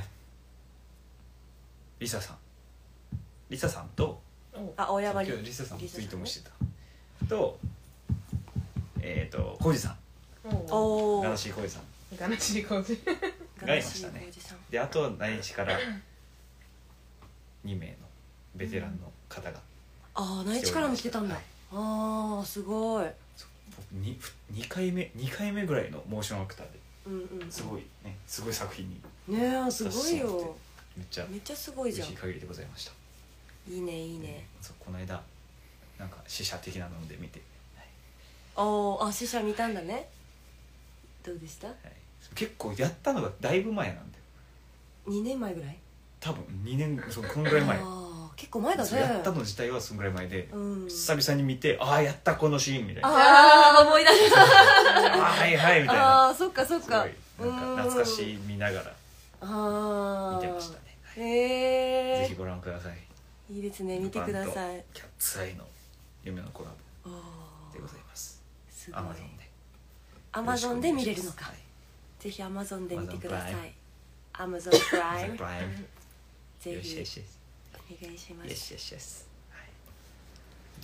A: リサさんリサさんと
B: あ青山
A: 今日リサさんも
B: リサさんね
A: ツイートもしてたと、えっ、ー、とコウジさん、
B: おお
A: ガナシーコウジさん
D: ガナシー工事
A: がいましたね。であと内地からにめいのベテランの方が、
B: ああ内地からも来てたんだ、
A: はい、
B: ああすごい、
A: 僕 に, にかいめにかいめぐらいのモーションアクターで
B: うんうん、
A: すごいねすごい作品に
B: ねえすごいよ、
A: めっちゃ
B: めっちゃすごいじゃん、
A: 嬉しい限りでございました。
B: いいねいいね、
A: そうこの間なんか試写的なので見て、はい
B: おおあ試写見たんだね、どうでした？
A: はい、結構やったのがだいぶ前なんだよ、
B: にねんまえぐらい、
A: 多分にねんそのこんぐらい前、
B: ああ結構前だね、
A: やったの自体はそんぐらい前で、
B: うん、
A: 久々に見てああやったこのシーンみたいな、
B: ああ思い出した
A: ああはいはいみたいな、
B: ああそっかそっか、
A: すごいなんか懐かしい見ながら
B: ああ
A: 見てましたね、はい
B: へえ
A: ぜひご覧ください。
B: いいですね見てください、
A: キャッツアイの夢のコラボ
B: お
A: でございます。
B: すごい
A: アマゾンで
B: アマゾンで見れるのか、
A: はい
B: ぜひアマゾンで見てくださ
A: Amazon
B: い、アマゾンプライム
A: プライム
B: ぜひ
A: よしよしよし
B: お願いしま
A: よし
B: す。
A: よしよし、はい、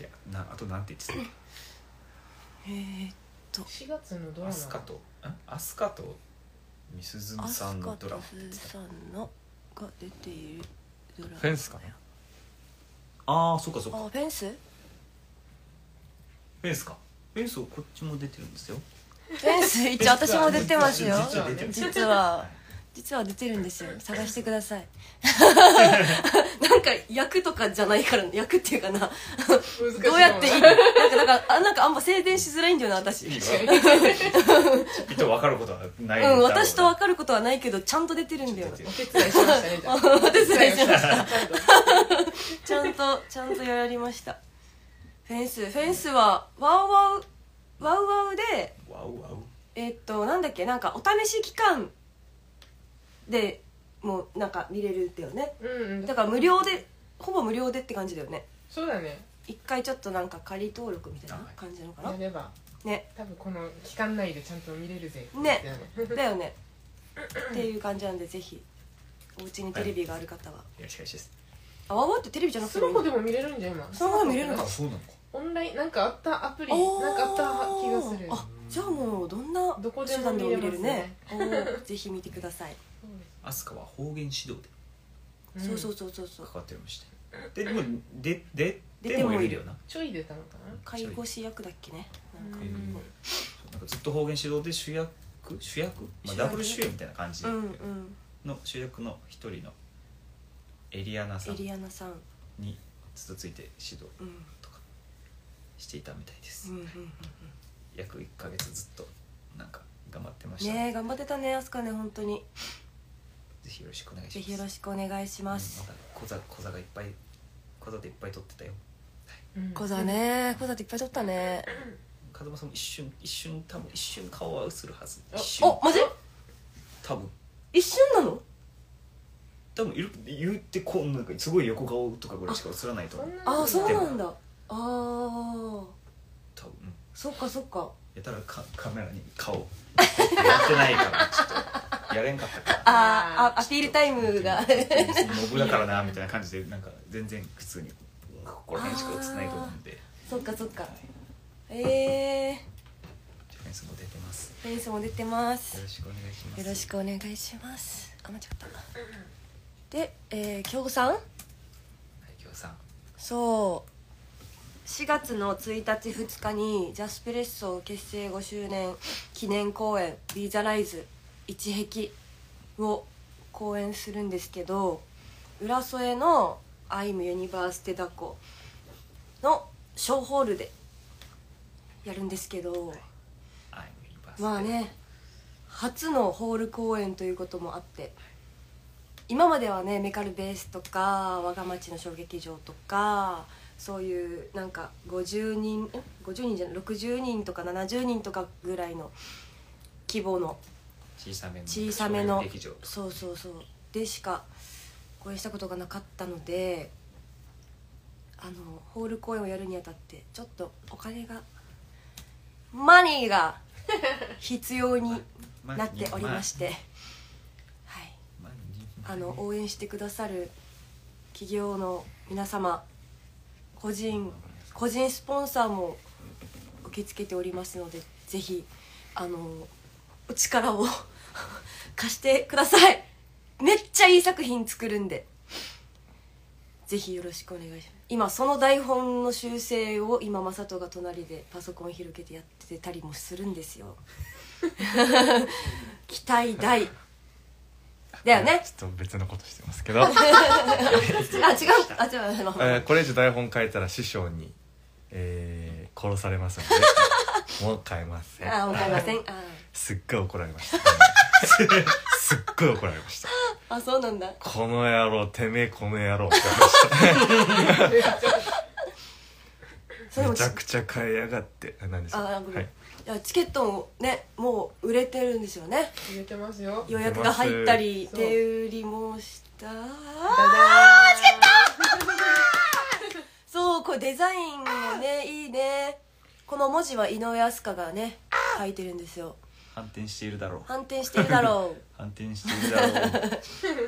A: でなあとなんて言ってたっ
B: えーっと
D: しがつのド
A: け、
D: ラマ
A: アスカとんアスカとみすず
B: アス
A: さんの
B: カと
A: ドラマって言ってた。
B: スーさんのが出ているドラマ、
C: フェンスかな、
A: ああそっかそっか、
B: あフェンス
A: フェンスか、フェンスこっちも出てるんですよ。
B: フェンス一応私も出てますよ、
A: 実は出てる
B: 実は
A: はい
B: 実は出てるんですよ、探してくださいなんか役とかじゃないから役っていうかな
D: 難しい
B: どうやっていいなんかなんかあなんかあんま宣伝しづらいんだよな私
A: いいわきっと分かることはない
B: うん私と分かることはないけどちゃんと出てるんだよ
A: 出てる
D: お手伝いしましたねじゃあ
B: お手伝いしました
D: ちゃんと
B: ちゃんとちゃんとやりました。フェンスフェンスはワウワウワウワウで
A: ワウワウ
B: えーっとなんだっけなんかお試し期間でもうなんか見れるんだよね、
D: うんうん
B: だから無料でほぼ無料でって感じだよね。
D: そうだね
B: 一回ちょっとなんか仮登録みたいな感じなのかな、
D: やれば
B: ね
D: 多分この期間内でちゃんと見れるぜ
B: ね
D: って
B: だよねっていう感じなんでぜひお家にテレビがある方は、
A: よろしくお願いします。
B: あわわってテレビじゃなくてもいいの
D: スマホでも見れるんじゃん今
B: スマホでも見れるの
A: あそうなのか、
D: オンラインなんかあったアプリ
B: あー
D: なんかあった気がする
B: あじゃあもうどんな
D: どこでも
B: 手段でも見れるね
D: 見れ
B: おーぜひ見てください、
A: アスカは方言指導で
B: そうそうそうそうそう
A: 関わっておりましてででもでで
B: 出てもいる
A: でもいるよな、
D: ちょい出たのかな
B: 介護士役だっけねなんか
D: うん
A: なんかずっと方言指導で主役主役、まあ、
B: 主役
A: ダブル主演みたいな感じ
B: うんうん
A: の主役の一人のエリアナさ
B: エ
A: ん
B: リアナさん
A: にずっとついて指導
B: うん
A: とかしていたみたいです、
B: うんうんうん
A: 約いっかげつずっとなんか頑張ってま
B: うん
A: した、
B: ねえ頑張ってたねあすかね本当に
A: ぜひよろしくお願いします。
B: ぜひよろしくお願いします、
A: うんまた小座小座がいっぱい小座でいっぱい撮ってたよ。
D: うん
B: 小座ね小座っていっぱい撮ったね
A: 風間さんも一瞬一瞬多分一瞬顔は映るはず。
D: あ
A: 一瞬
B: おマジ
A: 多分
B: 一瞬なの
A: 多分いる言ってこうなんかすごい横顔とかぐらいしか映らないと思う。
D: そんな
B: ああそう
A: でも
B: なんだああ
A: 多分
B: そっかそっか
A: やたらかカメラに顔やってないからちょっとやれんかったから。
B: あーあアピールタイムが
A: モブだからなみたいな感じでなんか全然普通にここら辺しか映ってないと思うんで。
B: そっかそっか
A: はい
B: ええ
A: フェンスも出てます。
B: フェンスも出てます
A: よろしくお願いします。
B: よろしくお願いしますあ間違ったで、えー、京さん
A: はい今日さん
B: そうしがつのついたちふつかにジャスプレッソ結成ごしゅうねん記念公演「ビーザライズ一壁」を公演するんですけど浦添のアイムユニバーステダコのショーホールでやるんですけど、
A: アイムユニバース
B: まあね初のホール公演ということもあって今まではねメカルベースとか我が町の小劇場とかそういうなんかごじゅうにんごじゅうにんじゃないろくじゅうにんとかななじゅうにんとかぐらいの規模の
A: 小さめの
B: 小さめの
A: 劇場
B: そうそうそうでしか公演したことがなかったので、あのホール公演をやるにあたってちょっとお金がマニーが必要になっておりまして、はい、あの応援してくださる企業の皆様、個人個人スポンサーも受け付けておりますので、ぜひあのお力を貸してください。めっちゃいい作品作るんで、ぜひよろしくお願いします。今その台本の修正を今雅人が隣でパソコン広げてやってたりもするんですよ。期待大だよね。
C: ちょっと別のことしてますけど、
B: あ違うあ違うあ違う、
C: えーこれ以上台本書いたら師匠に、えー殺されますのでもう変えません。
B: あわかりません。あ
C: すっごい怒られましたすっごい怒られました。
B: あそうなんだ。
C: この野郎てめえこの野郎って言われましためちゃくちゃ変えやがって。あ何ですか。
B: あごめん、
C: はい、
B: いやチケットもねもう売れてるんですよね。
D: 入れてますよ。
B: 予約が入ったり
D: そう
B: 手売りもした
D: ダダーン。
B: そうこれデザインもねいいね。この文字は井上飛鳥がね書いてるんですよ。
A: 反転しているだろう
B: 反転してるだろう
A: 反転しているだろう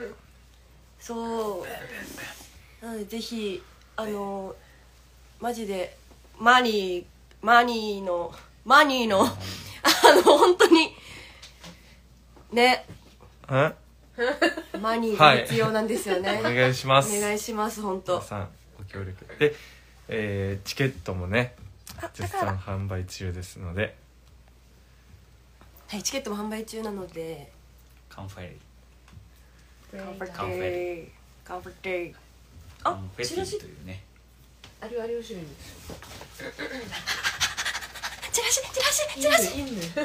B: そうなのでぜひあのマジでマニーマニーのマニーのあの本当にね
C: え
B: マニーが必要なんですよね、
C: お願いします。
B: お願いします本当
C: 皆さんご協力で、えーチケットもね絶賛販売中ですので、
B: はいチケットも販売中なので
A: カンファレ
B: カンフ
A: カンフェ
B: ェカンフェテあ
A: カンフェテ
B: チラシ
A: ィというね
D: あるある後ろに。
B: チラシチラシチラシ
D: いいね。いいね。
B: チラ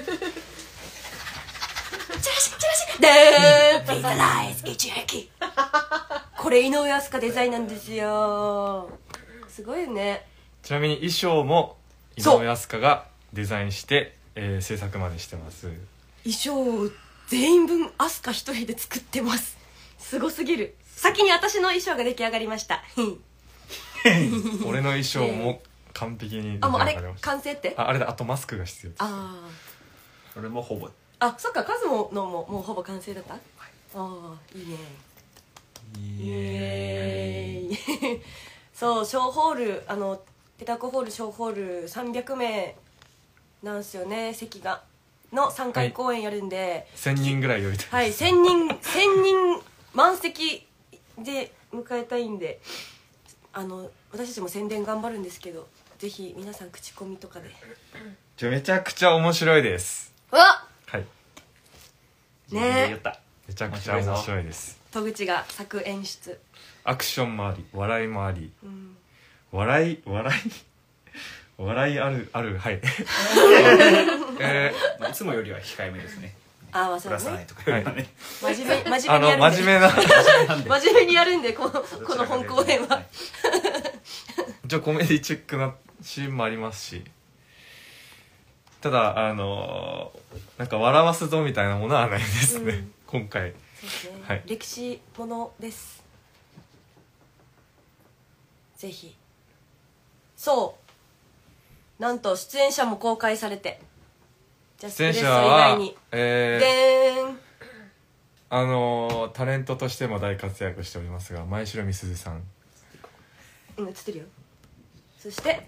B: シチラシでーんビザライズ一撃これ井上飛鳥デザインなんですよ。すごいよね。
C: ちなみに衣装も井
B: そう
C: 上飛鳥がデザインして、えー制作までしてます。
B: 衣装を全員分飛鳥一人で作ってます。すごすぎる。先に私の衣装が出来上がりました
C: 俺の衣装も完璧に
B: あもうあれ
C: 出来上がりました。
B: 完成って
C: ああれだ、あとマスクが必要です。
B: あ
A: 俺もほぼ
B: ーあそっかカズモのももうほぼ完成だった、ああいいねイエーイそう小ホールあのペタコホール小ホールさんびゃくめいなんすよね席がのさんかい公演やるんで、
C: せんにんぐらい呼びたいです。
B: はい、せんにんせんにん満席で迎えたいんで、あの私たちも宣伝頑張るんですけど、ぜひ皆さん口コミとかで
C: じゃめちゃくちゃ面白いです。
B: うわ
C: はい、
A: 自分で言った
C: めちゃくちゃ面白いです。
B: 戸口が作演出、
C: アクションもあり笑いもあり、
B: うん、
C: 笑い笑い笑いあるあるはいえ
A: まあいつもよりは控えめですね
B: ああまあそうだね
A: プラスないとかよりはね
B: 真面目真
C: ー、あの
B: 面目にやるんで
C: 真面目な
B: 真面目にやるんでこのこの本公演は
C: 一応コメディチックなシーンもありますし、ただあのーなんか笑わすぞみたいなものはないですね、
B: うん
C: 今回。
B: そうですね、
C: はい
B: 歴史ものです。ぜひそうなんと出演者も公開されて、ジャス
C: 出演者
B: プレッソ以
C: は
B: 外に、
C: えー
B: でーん
C: あのータレントとしても大活躍しておりますが、前城美鈴さん
B: うん映ってるよ。そして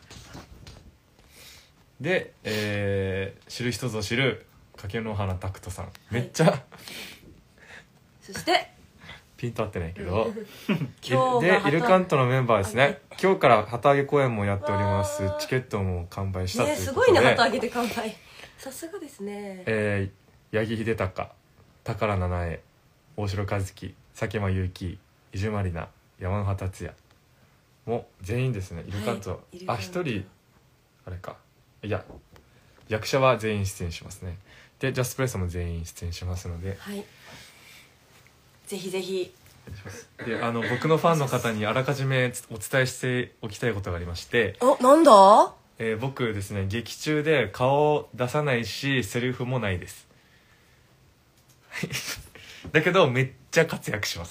C: で、えー知る人ぞ知る柿の花拓人さん、めっちゃ
B: そして
C: ピンと合ってないけど
B: 今日が旗
C: でイルカントのメンバーですね。今日から旗揚げ公演もやっております
B: わ。ー
C: チケットも完売したとい
B: ね
C: うことで、
B: すごいね旗揚げて乾杯さすがですね。
C: えー、八木秀隆、宝七重、大城和樹、佐喜真祐希、伊集まりな、山野達也も全員ですね。イルカント、
B: はいイルカント
C: あ一人あれか、いや役者は全員出演しますね。でジャスプレッソも全員出演しますので、
B: はいぜひぜひ
C: であの僕のファンの方にあらかじめお伝えしておきたいことがありまして、
B: おなんだ
C: えー僕ですね劇中で顔を出さないしセリフもないです。 だけどめっちゃ活躍します。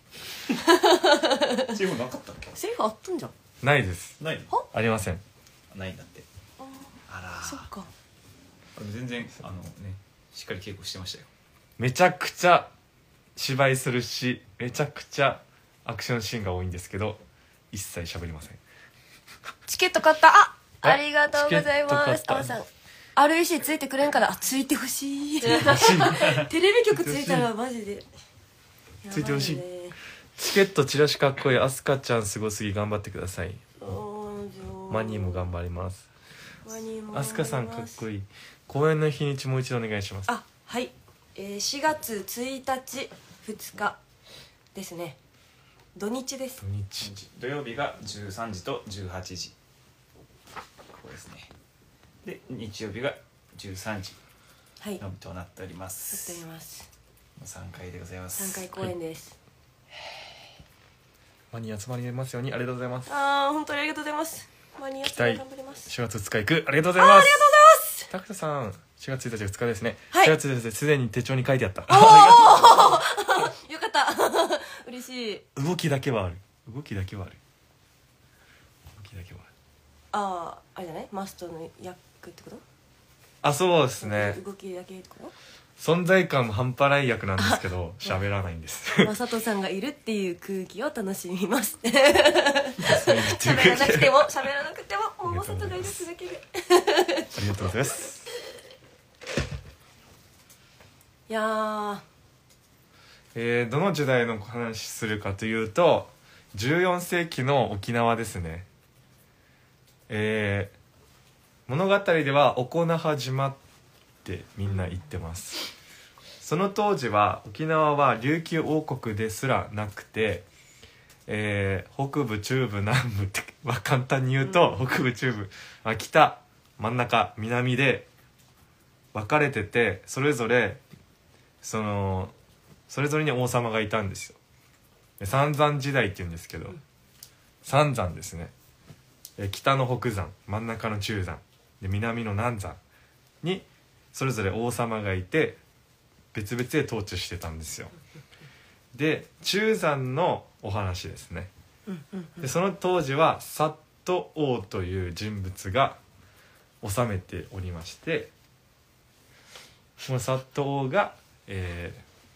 A: セリフなかったっけ？
B: セリフあったんじゃん。
C: ないです。
A: ないの？
C: ありません。
A: ないんだって。
B: あ
A: あらー。
B: そっか。
A: 全然あのねしっかり稽古してましたよ。
C: めちゃくちゃ芝居するし、めちゃくちゃアクションシーンが多いんですけど一切喋りません。
B: チケット買った。あ、
C: え
B: ありがとうございます。
C: チケット買った
B: あおさん アールイーシー ついてくれんかな。あ、ついてほしい。テ
C: 欲しい
B: レビ局ついたらマジで
C: ついてほしい
B: やばね。
C: チケットチラシかっこいい。アスカちゃんすごすぎ、頑張ってください。
B: おーじゃあ
C: マニーも頑張ります。
B: マニーも
C: アスカさんかっこ
B: いい。
C: いい。公演の日にちもう一度お願いします。
B: あ、はい、えー、しがつついたちふつかですね。土日です。
C: 土日
A: 土曜日がじゅうさんじとじゅうはちじ、ここですね。で日曜日がじゅうさんじ
B: はい、や
A: のみとなっておりま
B: って
A: す。
B: おります。
A: さんかいでございます。
B: さんかい公演です。
C: マニー集まりますように。ありがとうございます。
B: あー、本当にありがとうございます。マニア
C: 期待
B: 頑張ります。
C: しがつふつか行く。ありがとうございます。
B: ありがとうございます。
C: タクトさんしがつついたちふつかですね。
B: はい
C: しがつついたちすでに手帳に書いてあった。
B: よかった嬉しい。
C: 動きだけはある。動きだけはある。動きだけはある。
B: ああ、あれじゃない、マストの役ってこと？
C: あ、そうですね。
B: 動きだけってこ
C: 存在感も半端ない役なんですけど喋らないんです
B: と？まさとさんがいるっていう空気を楽しみます。喋らなくても喋らなくてももうまさとがいるってだけで。
C: ありがとうございます。
B: いやー、
C: えー、どの時代の話するかというとじゅうよんせいきの沖縄ですね。えー、物語では沖那覇島ってみんな言ってます。その当時は沖縄は琉球王国ですらなくて、えー、北部中部南部って、まあ、簡単に言うと、うん、北部中部、まあ、北真ん中南で分かれてて、それぞれそのそれぞれに王様がいたんですよ。で三山時代って言うんですけど、三山ですね。北の北山、真ん中の中山で南の南山にそれぞれ王様がいて別々で統治してたんですよ。で中山のお話ですね。でその当時はサット王という人物が治めておりまして、このサット王が、え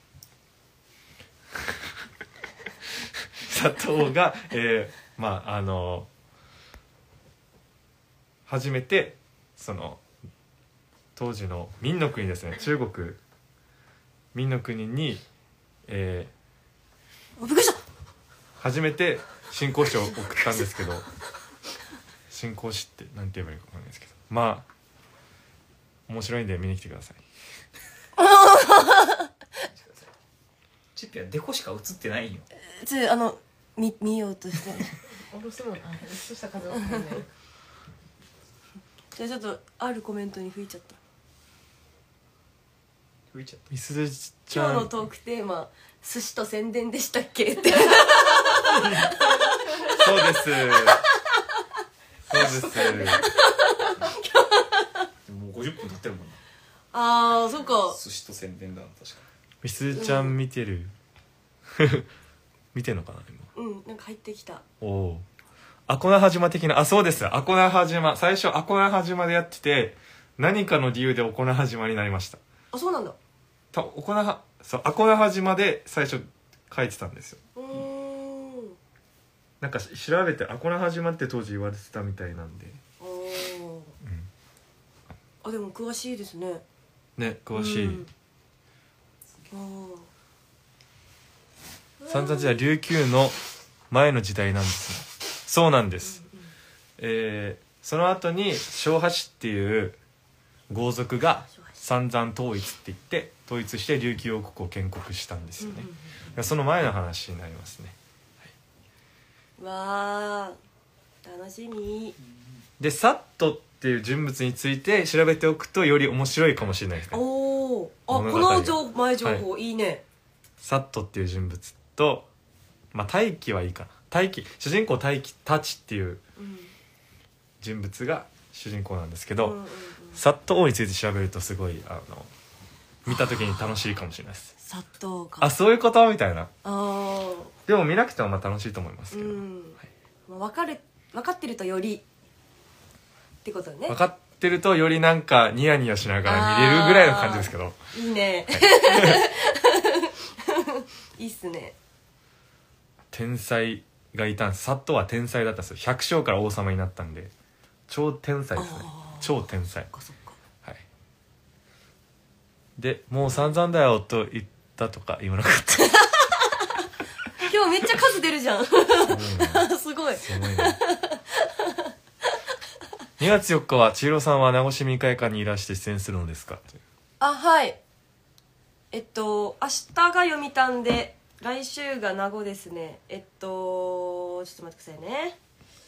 C: ー、サット王が、えー、まああの初めてその当時の明の国ですね、中国明の国に、え
B: ー、びっくりした。
C: 初めて信仰使を送ったんですけど信仰使って何て言えばいいか分かんないですけど、まあ面白いんで見に来てください。
A: チッピはデコしか映ってないよ。
B: ちょあの見見ようとして
D: 下ろすもん。あ、そした風わかんない。
B: じゃあちょっとあるコメントに吹いちゃった。
A: 吹いちゃった。
C: みすずちゃん
B: 今日のトークテーマ寿司と宣伝でしたっけって
C: そうですそうです
A: もうごじゅっぷん経ってるもんな。
B: あー、そっか。
A: 寿司と宣伝だな、確か
C: みすずちゃん見てる見てんのかな今。
B: うん、なんか入ってきた。
C: おお。アコナハ島的な、あ、そうです。アコナハ島、最初アコナハ島でやってて何かの理由でアコナハ島になりました。
B: あ、そうなんだ。
C: たアコナハそうアコナハ島で最初書いてたんですよ。
B: うーん。
C: なんか調べてアコナハ島って当時言われてたみたいなんで、
B: おー、あ、でも詳しいですね。
C: ね、詳しい。
B: うん、あー、
C: 三山時代琉球の前の時代なんですね。そうなんです、うんうん、えー、その後に昭和氏っていう豪族が三山統一って言って統一して琉球王国を建国したんですよね、うんうんうん、その前の話になりますね、
B: はい、わー、楽しみ。
C: でサットっていう人物について調べておくとより面白いかもしれないですね。
B: おー、あ、この情前情報、はい、いいね。
C: サットっていう人物と、まあ大輝はいいかな、大輝、主人公大輝たちっていう人物が主人公なんですけど、うんうんうん、サット王について調べるとすごいあの見た時に楽しいかもしれないです。
B: 砂糖か
C: あ、そういうことみたいな。
B: あー
C: でも見なくてもまあ楽しいと思いますけど、
B: うん、まあ、分かる分かってるとよりってことね。
C: 分かってるとよりなんかニヤニヤしながら見れるぐらいの感じですけど。
B: いいね、いいっすね。
C: 天才がいたんです。サットは天才だったんですよ。百姓から王様になったんで超天才ですね。超天才。
B: そっかそっか。
C: はい。でもう散々だよと言ったとか言わなかった
B: 今日めっちゃ数出るじゃん
C: すごいな
B: すごい
C: すごいなにがつよっかは千尋さんは名護市民会館にいらして出演するのですか。
B: あ、はいえっと明日が読谷で来週が名護ですね。えっとちょっと待ってくださいね。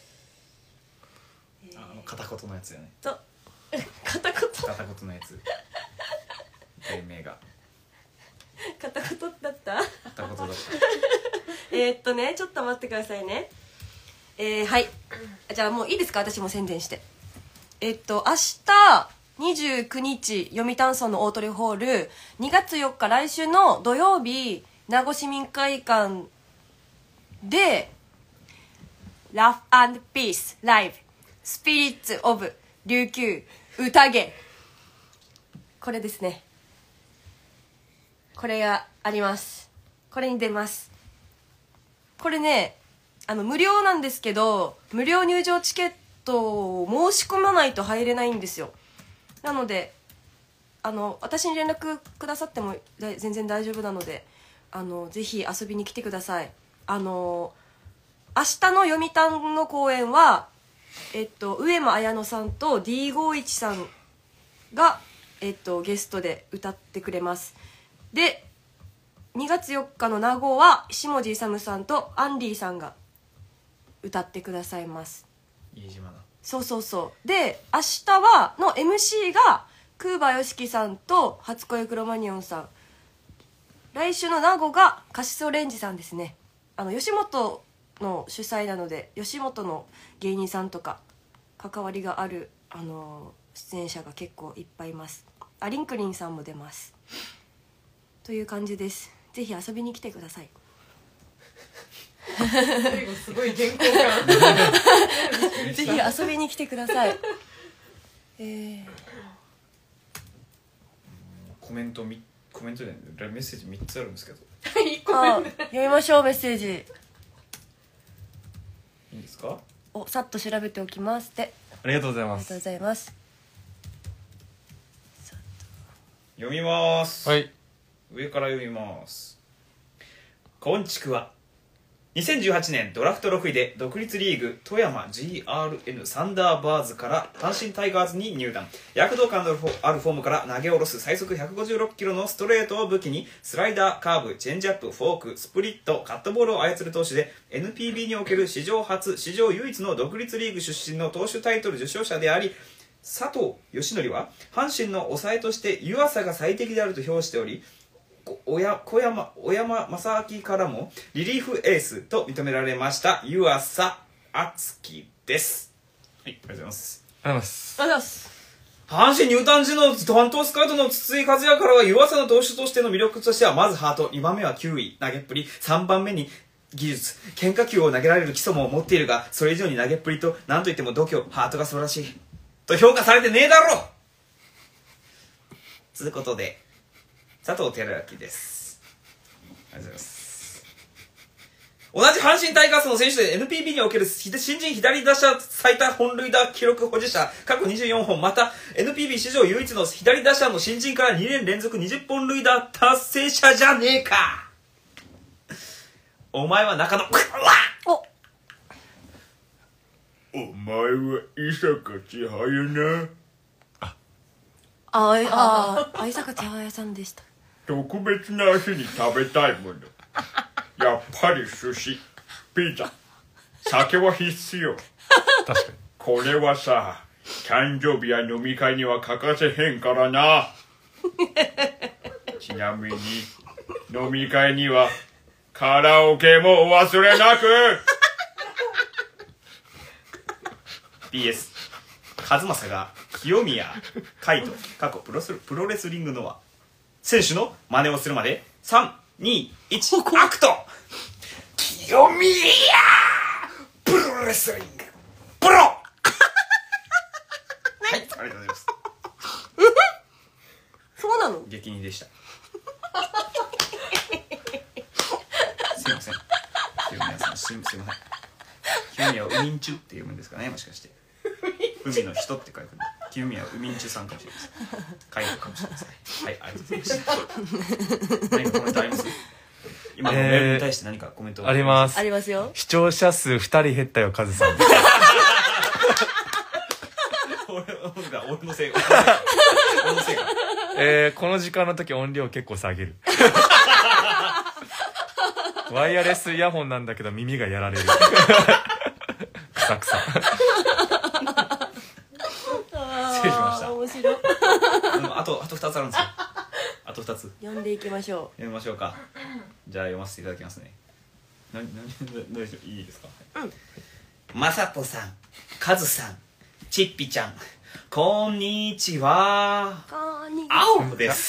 A: あの片言のやつよね。
B: と片言
A: 片言のやつ題名が
B: 片言だった
A: 片言だった
B: えーっとねちょっと待ってくださいね。えー、はいじゃあもういいですか、私も宣伝して。えっと明日にじゅうくにち読谷村の大鳥ホール、にがつよっか来週の土曜日名護市民会館でラフ&ピースライブスピリッツオブ琉球宴、これですね。これがあります。これに出ます。これねあの無料なんですけど、無料入場チケットを申し込まないと入れないんですよ。なのであの私に連絡くださっても全然大丈夫なので、あのぜひ遊びに来てください。あの明日の読谷の公演は、えっと、上間綾乃さんと ディーごじゅういち さんが、えっと、ゲストで歌ってくれます。でにがつよっかの名護は下地勇さんとアンディさんが歌ってくださいます。
A: いい島だ。
B: そうそうそう。で明日はの エムシー がクーバヨシキさんと初恋クロマニオンさん、来週の名護がカシスオレンジさんですね。あの吉本の主催なので吉本の芸人さんとか関わりがあるあの出演者が結構いっぱいいます。あリンクリンさんも出ますという感じです。ぜひ遊びに来てください。
D: 最後すごい原稿感
B: ぜひ遊びに来てください。えー、
A: コメントみコメントでメッセージみっつあるんですけど
D: いっこ
B: あ
D: め
B: 読みましょう。メッセージ
A: いいですか。
B: をさっと調べておきますって。
C: ありがとうございます
B: ありがとうございます。
A: 読みます。
C: はい
A: 上から読みます。こんちくわ。にせんじゅうはちねんドラフトろくいで独立リーグ富山 ジーアールエヌ サンダーバーズから阪神タイガーズに入団。躍動感のあるフォームから投げ下ろす最速ひゃくごじゅうろっキロのストレートを武器にスライダー、カーブ、チェンジアップ、フォーク、スプリット、カットボールを操る投手で エヌピービー における史上初史上唯一の独立リーグ出身の投手タイトル受賞者であり、佐藤義則は阪神の抑えとして湯浅が最適であると評しており、小山小山小山正明からもリリーフエースと認められました湯浅敦樹です。はい、ありがとうございます。
C: ありがとうございます。
B: ありがとうございます。
A: 阪神入団時の担当スカウトの筒井和也からは湯浅の投手としての魅力としてはまずハート、にばんめは球威、投げっぷり、さんばんめに技術、変化球を投げられる基礎も持っているが、それ以上に投げっぷりと何といっても度胸、ハートが素晴らしいと評価されてねえだろつうことで佐藤輝明です。ありがとうございます。同じ阪神タイガースの選手で エヌピービー における新人左打者最多本塁打記録保持者過去にじゅうよんほん、また エヌピービー 史上唯一の左打者の新人からにねん連続にじゅっぽん塁打達成者じゃねえか。お前は中野
B: お
A: お前は伊坂千早な。
B: あああ相坂千早さんでした。
A: 特別な日に食べたいもの、やっぱり寿司、ピザ、酒は必須よ。
C: 確かに
A: これはさ、誕生日や飲み会には欠かせへんからな。ちなみに飲み会にはカラオケもお忘れなく。ピーエス 和正が清宮海斗過去プロスプロレスリングノア選手の真似をするまでさんにいちアクト。清宮プロレスリングプロはい、ありがとうございます。
B: そうなの？
A: 激似でした。すいません、清宮さん、すいません。清宮はウミンチュって読むんですかね、もしかして。海の人って書いてある。清宮はウミンチュさんかもしれないです。書いてるかもしれないです。はい、ありがとうございました。何かコメントあります？今のメールに対して何かコメント
C: あります。
B: ありますよ。
C: 視聴者数ふたり減ったよカズさん。
A: 俺俺のせい。俺のせいか。
C: えー、この時間の時音量結構下げる。ワイヤレスイヤホンなんだけど耳がやられる。くさくさ。
A: 失礼しました。
B: 面白い。
A: あとあとふたつあるんですよ。あとふたつ
B: 読んでいきましょう。
A: 読みましょうか。じゃあ読ませていただきますね。な、な、な、いいですか？うん。まさとさん、かずさん、ちっぴちゃん、こんにちは。
B: こんにちは。
A: 青です。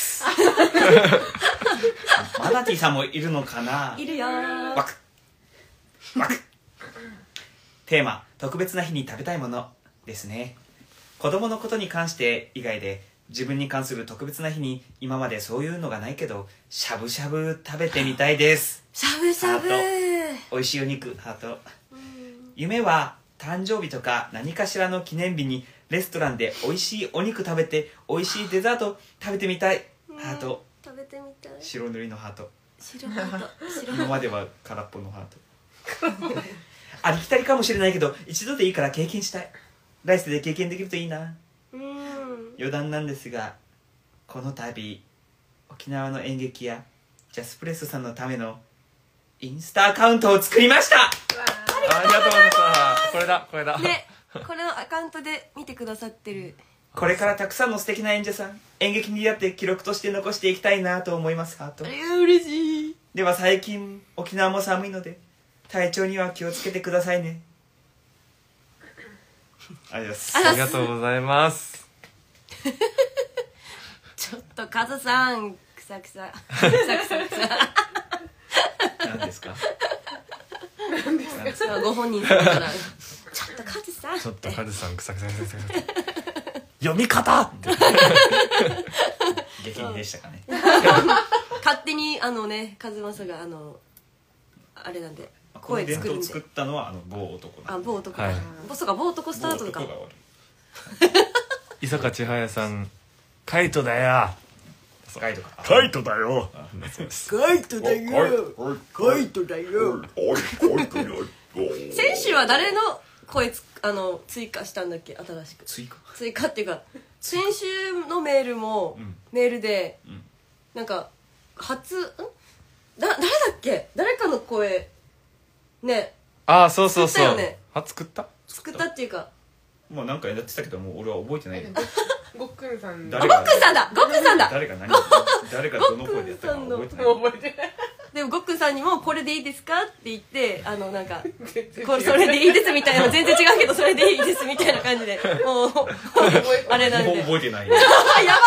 A: マナティさんもいるのかな？
B: いるよー。
A: わく。わく。テーマ、特別な日に食べたいものですね。子供のことに関して以外で、自分に関する特別な日に今までそういうのがないけど、しゃぶしゃぶ食べてみたいです。
B: しゃぶしゃぶー。
A: 美味しいお肉、ハート。夢は誕生日とか何かしらの記念日にレストランで美味しいお肉食べて美味しいデザート食べてみたい。ハート。
B: 食べてみたい。
A: 白塗りのハート。
B: 白ハート。白
A: 今までは空っぽのハート。ありきたりかもしれないけど一度でいいから経験したい。来世で経験できるといいな。
B: うん。
A: 余談なんですが、この度沖縄の演劇やジャスプレスさんのためのインスタアカウントを作りました。
C: ありがとうございました。これだこれだ。
B: ね、これのアカウントで見てくださってる。
A: これからたくさんの素敵な演者さん、演劇に出会って記録として残していきたいなと思います。ハート。
B: 嬉しい。
A: では最近沖縄も寒いので体調には気をつけてくださいね。ありがとうございます。
C: ありがとうございます。
B: ちょっとカズさん、くさくさ。くさくさくさ。
A: 何ですか？
D: 何ですか？
B: ご本人さんから。ちょっとカズさん。
C: ちょっとカズさんくさくさくさくさ。読み方って。
A: 激似でしたかね。
B: 勝手にあのね、カズマサがあのあれなんで声作るんで。
A: 作ったのはあの某男。
B: あ、某男。
C: はい。
B: そうか、某男スタートとか。
C: 伊坂千早さん、カイトだよ。
A: カイトか。
C: カイトだよ。
B: カイトだよ。カイトだよ。先週は誰の声つあの追加したんだっけ、新しく。
A: 追加。
B: 追加っていうか、先週のメールも、うん、メールで、うん、なんか初んだ誰だっけ、誰かの声ね。
C: ああ、そうそうそう。
B: 作ったよね。
C: あ、作った？
B: 作ったっていうか。
A: まあなんかやってたけどもう俺は覚えてない。
D: ごっくんさん。
B: ごっくんさんだ。ごっくんさんだ。
A: 誰が何？誰がどの声でやったか覚えてない。
D: 覚えてない。
B: でもごっくんさんにもこれでいいですかって言って、あのなんかこれそれでいいですみたいな、全然違うけどそれでいいですみたいな感じで、もうあれなんで。
A: もう覚えてない。
B: やばいやばい。
A: 何や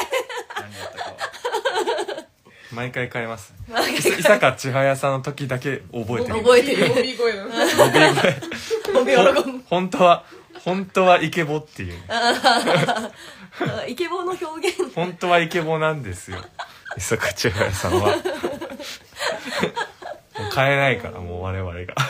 A: ったか。
C: 毎回変えます。伊坂千早さんの時だけ覚えてる。
B: 覚えてる。
D: ボビー声の。
B: ボビー声。
C: 本当は本当はイケボっていう。
B: イケボの表現。
C: 本当はイケボなんですよ。伊坂千早さんは。もう変えないからもう我々が。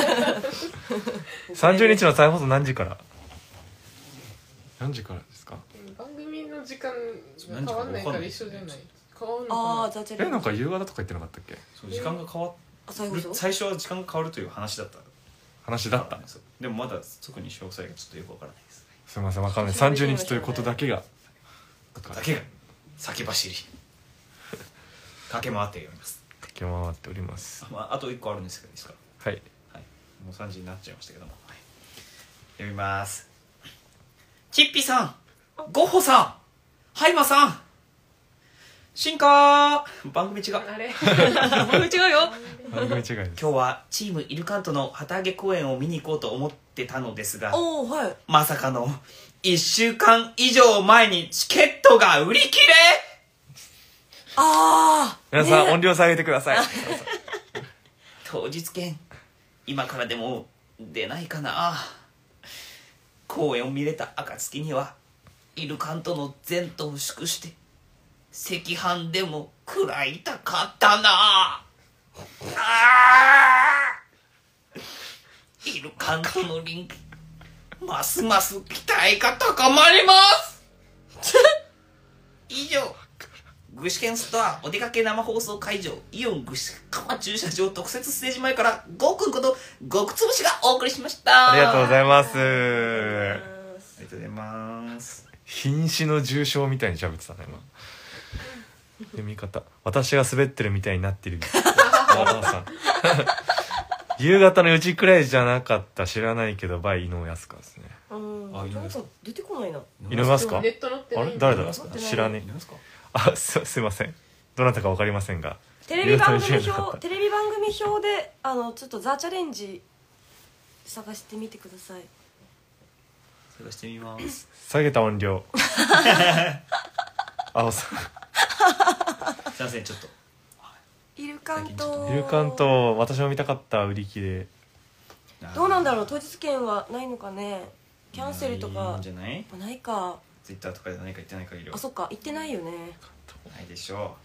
C: さんじゅうにちの再放送何時から？何時からですか？
D: 番組の時間変わんないから一緒じゃない？変わるのかな。
B: ああ、じゃあじゃあ。
C: え、なんか夕方とか言ってなかったっけ？
A: そう、時間が変わる。最初は時間が変わるという話だった。
C: 話だった。
A: でもまだ特に詳細がちょっとよくわからないです。
C: すみません、わかんない。さんじゅうにちということだけが
A: だけが先走り駆け回っております。
C: 駆け回っております。
A: まあ、あといっこあるんですけどいいですか？
C: はい、
A: はい、もうさんじになっちゃいましたけども、はい、読みます。ちっぴさん、ゴッホさん、ハイマさん、進化番組違う。
D: あれ
B: 番組違うよ。
C: 番組違いです。
A: 今日はチームイルカントの旗揚げ公演を見に行こうと思ってたのですが、
B: おー、はい、
A: まさかのいっしゅうかん以上前にチケットが売り切れ。
B: あ
C: 皆さん音量下げてください。
A: 当日券今からでも出ないかな。公演を見れた暁にはイルカントの前途を祝して赤飯でも食らいたかったな。あーイルカントの人気ますます期待が高まります。以上、具志堅ストアお出かけ生放送会場イオン具志川駐車場特設ステージ前からごくんことごくつぶしがお送りしました。
C: ありがとうございます。
A: ありがとうございます。
C: 瀕死の重症みたいに喋ってたね今。読み方、私が滑ってるみたいになってる。あさん夕方のよじくらいじゃなかった、知らないけどバイ井上康香ですね。
B: うん
A: あ井上
B: なんか出てこないな。
C: 井上康香、
D: ネット載ってない
C: あれ誰だろう、
B: 載ってない
C: 知らねえ。
A: 何ですか。
C: あ、すすいません、どなたかわかりませんが、
B: テレビ番組
C: 夕方のよじくらいじゃなかった
B: 表テレビ番組表であのちょっとザ・チャレンジ探してみてください。
A: 探してみます。
C: 下げた音量。青さ
A: すいませんちょっと。
B: イルカント
C: ん、イルカント私も見たかった、売り切れ。
B: どうなんだろう、当日券はないのかね。キャンセルと
A: ない
B: か
A: んじゃない。
B: あないか。
A: ツイッターとかで何か言ってない限りは
B: あそっか、行ってないよね。
A: ないでしょ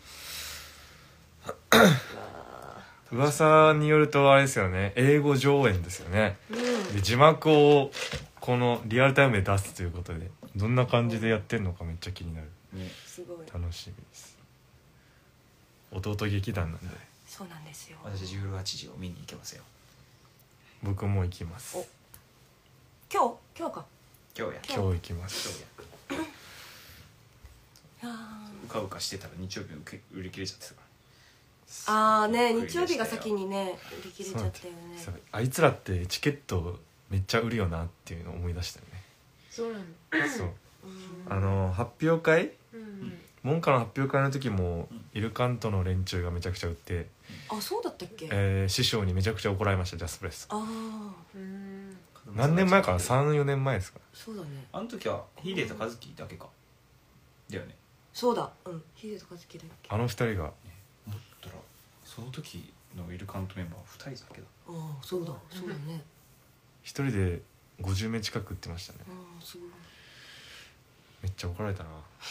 C: 噂によるとあれですよね、英語上演ですよね。
B: うん
C: で字幕をこのリアルタイムで出すということで、どんな感じでやってんのかめっちゃ気になる。
A: う。ね。
B: すごい。
C: 楽しみです。弟劇団なんで
B: そうなんですよ。
A: 私じゅうはちじを見に行けますよ。
C: 僕も行きます。
B: お今日今日か。
A: 今日や。
C: 今日行きます。
A: 今日や。
B: いや
A: うかうかしてたら日曜日受け売り切れちゃってたか
B: あーね、日曜日が先にね売り切れちゃったよね。
C: そうあいつらってチケットめっちゃ売るよなっていうのを思い出したよね。
D: そうなんだ。
C: そう、
B: うん
C: あの発表会、
D: うん
C: 門下の発表会の時もイルカントの連中がめちゃくちゃ売って、
B: あ、そうだったっけ。
C: えー師匠にめちゃくちゃ怒られました。ジャスプレス
B: ああ、
D: うん
A: ら。
C: 何年前かな、さんよねんまえですか。
B: そうだね。
A: あの時はヒデとカズキだけか。だよね。
B: そうだ。うん。ヒデとカズキだっけ。
C: あの二人が
A: 思ったらその時のイルカントメンバーはふたりだけだ。
B: ああ、そうだ。そうだね。
C: 一人でごじゅうめい近く売ってましたね。
B: ああ、すごい。
C: めっちゃ怒られたな。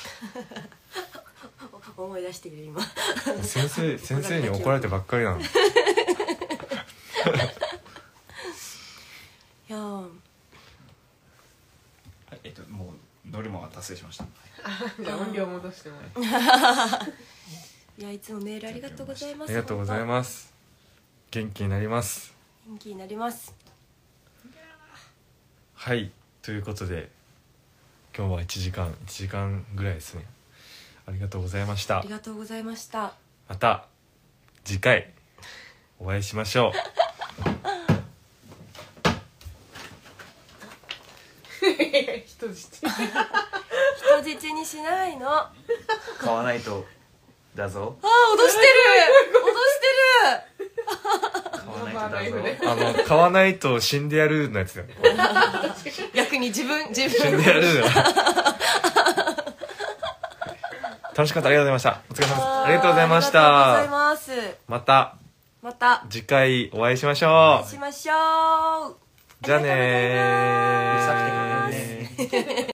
B: 思い出してる今。
C: 先生先生に怒られてばっかりなの。
B: いやー
A: はい、えっともうノルマは達成しました。
D: じゃあ音量戻してもら
B: いや、いつもメールありがとうございま
C: あ
B: す。
C: りがとうございます。元気になります。
B: 元気になります。
C: はいということで今日はいちじかんいちじかんぐらいですね。ありがとうございました
B: あり。がとうございました。
C: また次回お会いしましょう。
D: 人質
B: 人質にしないの。あ
A: 買わないとだぞ。
B: あ、脅してる。
A: 買わない
D: ナンバーナイフで
A: とだぞ。
C: あの買わないと死んでやるのやつだよ。
B: 脅してる。逆に自分自
C: 死ん
B: 分。
C: でやる。楽しかった。ありがとうございました。お疲れ様です。ありがとうございまし
B: ありがとうござい
C: た。
B: ます。
C: また
B: また
C: 次回お会いしまし
B: お
C: ょう。
B: 会いしましょう。
C: じゃあねー。
B: ありがとうございます。